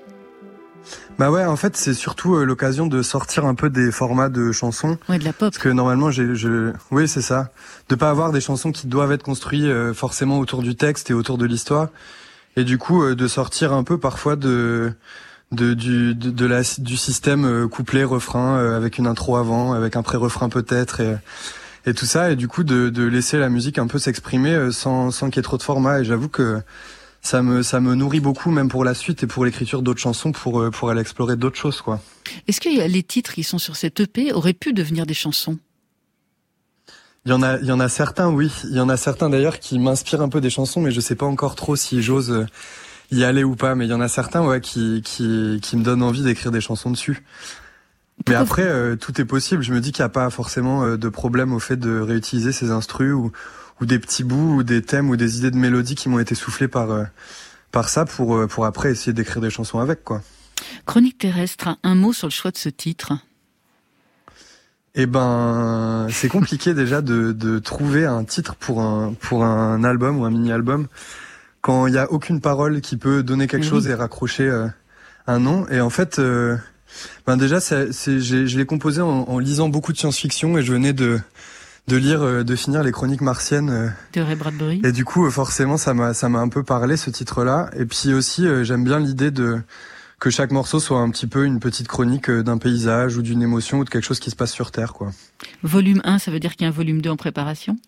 Bah ouais, en fait, c'est surtout l'occasion de sortir un peu des formats de chansons. Ouais, de la pop. Parce que normalement, j'ai, je, oui, c'est ça. De pas avoir des chansons qui doivent être construites forcément autour du texte et autour de l'histoire. Et du coup, de sortir un peu parfois de, de, du, de, de la, du système couplet-refrain avec une intro avant, avec un pré-refrain peut-être et, et tout ça. Et du coup, de, de laisser la musique un peu s'exprimer sans, sans qu'il y ait trop de formats. Et j'avoue que ça me, ça me nourrit beaucoup, même pour la suite et pour l'écriture d'autres chansons, pour, pour aller explorer d'autres choses, quoi. Est-ce que les titres qui sont sur cet E P auraient pu devenir des chansons? Il y en a, il y en a certains, oui. Il y en a certains d'ailleurs qui m'inspirent un peu des chansons, mais je sais pas encore trop si j'ose y aller ou pas. Mais il y en a certains, ouais, qui, qui, qui me donnent envie d'écrire des chansons dessus. Mais après, euh, tout est possible. Je me dis qu'il n'y a pas forcément euh, de problème au fait de réutiliser ces instrus ou, ou des petits bouts ou des thèmes ou des idées de mélodies qui m'ont été soufflées par, euh, par ça pour, euh, pour après essayer d'écrire des chansons avec, quoi. Chronique terrestre, un mot sur le choix de ce titre. Eh ben, c'est compliqué déjà de, de trouver un titre pour un, pour un album ou un mini-album quand il y a aucune parole qui peut donner quelque mmh. chose et raccrocher euh, un nom. Et en fait, euh, ben déjà, c'est, c'est, j'ai, je l'ai composé en, en lisant beaucoup de science-fiction et je venais de, de lire, euh, de finir les Chroniques martiennes. Euh, de Ray Bradbury. Et du coup, forcément, ça m'a, ça m'a un peu parlé ce titre-là. Et puis aussi, euh, j'aime bien l'idée de que chaque morceau soit un petit peu une petite chronique d'un paysage ou d'une émotion ou de quelque chose qui se passe sur Terre, quoi. Volume un, ça veut dire qu'il y a un volume deux en préparation?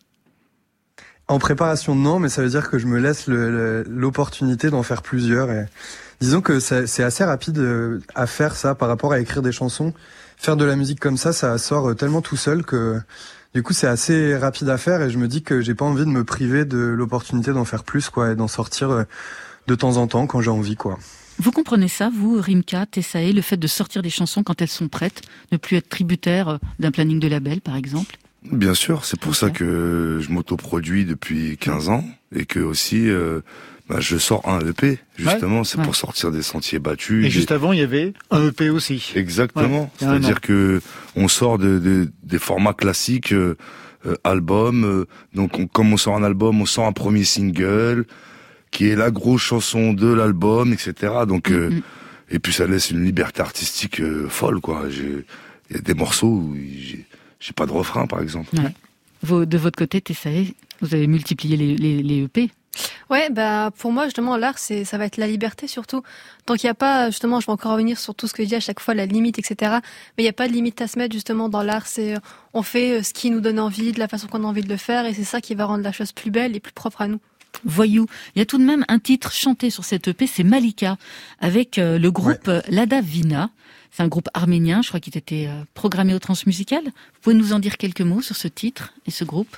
En préparation, non, mais ça veut dire que je me laisse le, le, l'opportunité d'en faire plusieurs. Et disons que c'est, c'est assez rapide à faire ça par rapport à écrire des chansons. Faire de la musique comme ça, ça sort tellement tout seul que du coup c'est assez rapide à faire et je me dis que j'ai pas envie de me priver de l'opportunité d'en faire plus, quoi, et d'en sortir de temps en temps quand j'ai envie, quoi. Vous comprenez ça, vous, Rimka, Tessae, le fait de sortir des chansons quand elles sont prêtes, ne plus être tributaire d'un planning de label, par exemple? Bien sûr, c'est pour okay. ça que je m'autoproduis depuis quinze ans et que aussi euh, bah, je sors un E P, justement, ouais. c'est ouais. pour sortir des sentiers battus. Et des... juste avant, il y avait un E P aussi. Exactement, ouais. c'est-à-dire que on sort de, de, des formats classiques, euh, euh, album, euh, donc on, comme on sort un album, on sort un premier single, qui est la grosse chanson de l'album, et cetera. Donc, euh, mm-hmm. et puis ça laisse une liberté artistique euh, folle, quoi. Il y a des morceaux où j'ai, j'ai pas de refrain, par exemple. Ouais. Vous, de votre côté, Tessae, vous avez multiplié les, les, les E P. Ouais, bah pour moi justement l'art, c'est ça va être la liberté surtout. Donc il y a pas justement, je vais encore revenir sur tout ce que je dis à chaque fois, la limite, et cetera. Mais il y a pas de limite à se mettre justement dans l'art. C'est on fait ce qui nous donne envie, de la façon qu'on a envie de le faire, et c'est ça qui va rendre la chose plus belle et plus propre à nous. Voyou. Il y a tout de même un titre chanté sur cette E P, c'est Malika, avec euh, le groupe ouais. Lada Vina. C'est un groupe arménien, je crois qu'il était euh, programmé au Transmusical. Vous pouvez nous en dire quelques mots sur ce titre et ce groupe?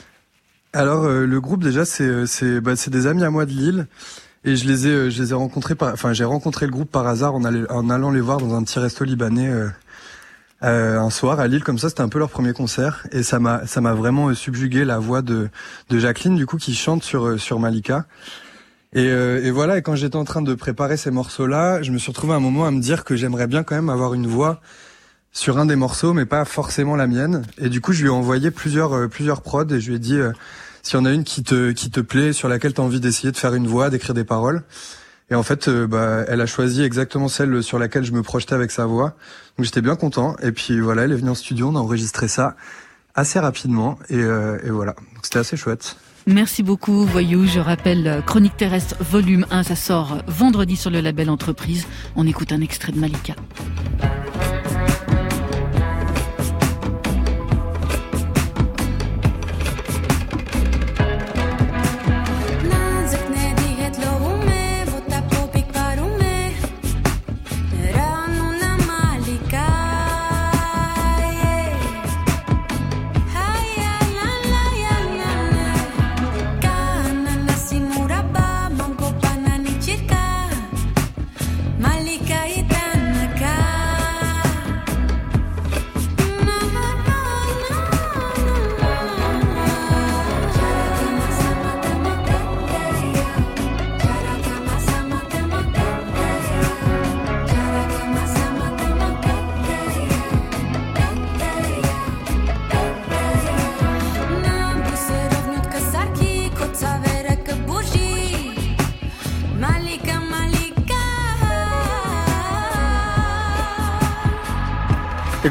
Alors euh, le groupe déjà c'est c'est bah, c'est des amis à moi de Lille et je les ai je les ai rencontrés par enfin j'ai rencontré le groupe par hasard en, allait, en allant les voir dans un petit resto libanais euh, euh, un soir à Lille, comme ça, c'était un peu leur premier concert et ça m'a ça m'a vraiment subjugué la voix de de Jacqueline du coup qui chante sur sur Malika. Et, euh, et voilà, et quand j'étais en train de préparer ces morceaux-là, je me suis retrouvé à un moment à me dire que j'aimerais bien quand même avoir une voix sur un des morceaux, mais pas forcément la mienne. Et du coup, je lui ai envoyé plusieurs euh, plusieurs prods et je lui ai dit euh, s'il y en a une qui te qui te plaît, sur laquelle tu as envie d'essayer de faire une voix, d'écrire des paroles. Et en fait, euh, bah, elle a choisi exactement celle sur laquelle je me projetais avec sa voix. Donc j'étais bien content. Et puis voilà, elle est venue en studio, on a enregistré ça assez rapidement et, euh, et voilà. Donc c'était assez chouette. Merci beaucoup, Voyou. Je rappelle, Chronique terrestre, volume un, ça sort vendredi sur le label Entreprise. On écoute un extrait de Malika. Malika itana ka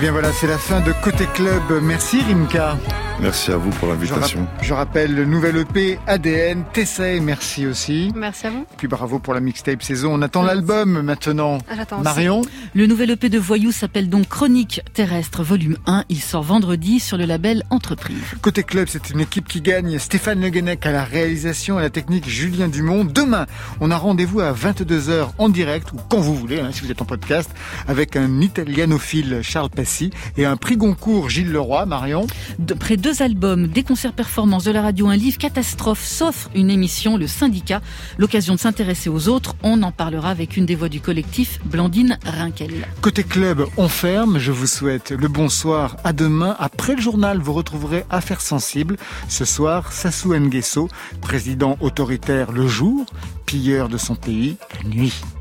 bien voilà, c'est la fin de Côté Club. Merci Rimka. Merci à vous pour l'invitation. Je, ra- je rappelle le nouvel E P A D N, Tessay, merci aussi. Merci à vous. Puis bravo pour la mixtape saison. On attend l'album maintenant. J'attends Marion aussi. Le nouvel E P de Voyou s'appelle donc Chronique Terrestre volume un. Il sort vendredi sur le label Entreprise. Côté Club, c'est une équipe qui gagne. Stéphane Le Guenec à la réalisation, à la technique, Julien Dumont. Demain, on a rendez-vous à vingt-deux heures en direct, ou quand vous voulez, hein, si vous êtes en podcast, avec un italianophile, Charles Passy, et un prix Goncourt, Gilles Leroy. Marion D'après deux albums, des concerts performances, de la radio, un livre catastrophe, sauf une émission, Le Syndicat. L'occasion de s'intéresser aux autres. On en parlera avec une des voix du collectif, Blandine Rinkel. Côté Club, on ferme. Je vous souhaite le bonsoir. À demain. Après le journal, vous retrouverez Affaires sensibles. Ce soir, Sassou Nguesso, président autoritaire le jour, pilleur de son pays la nuit.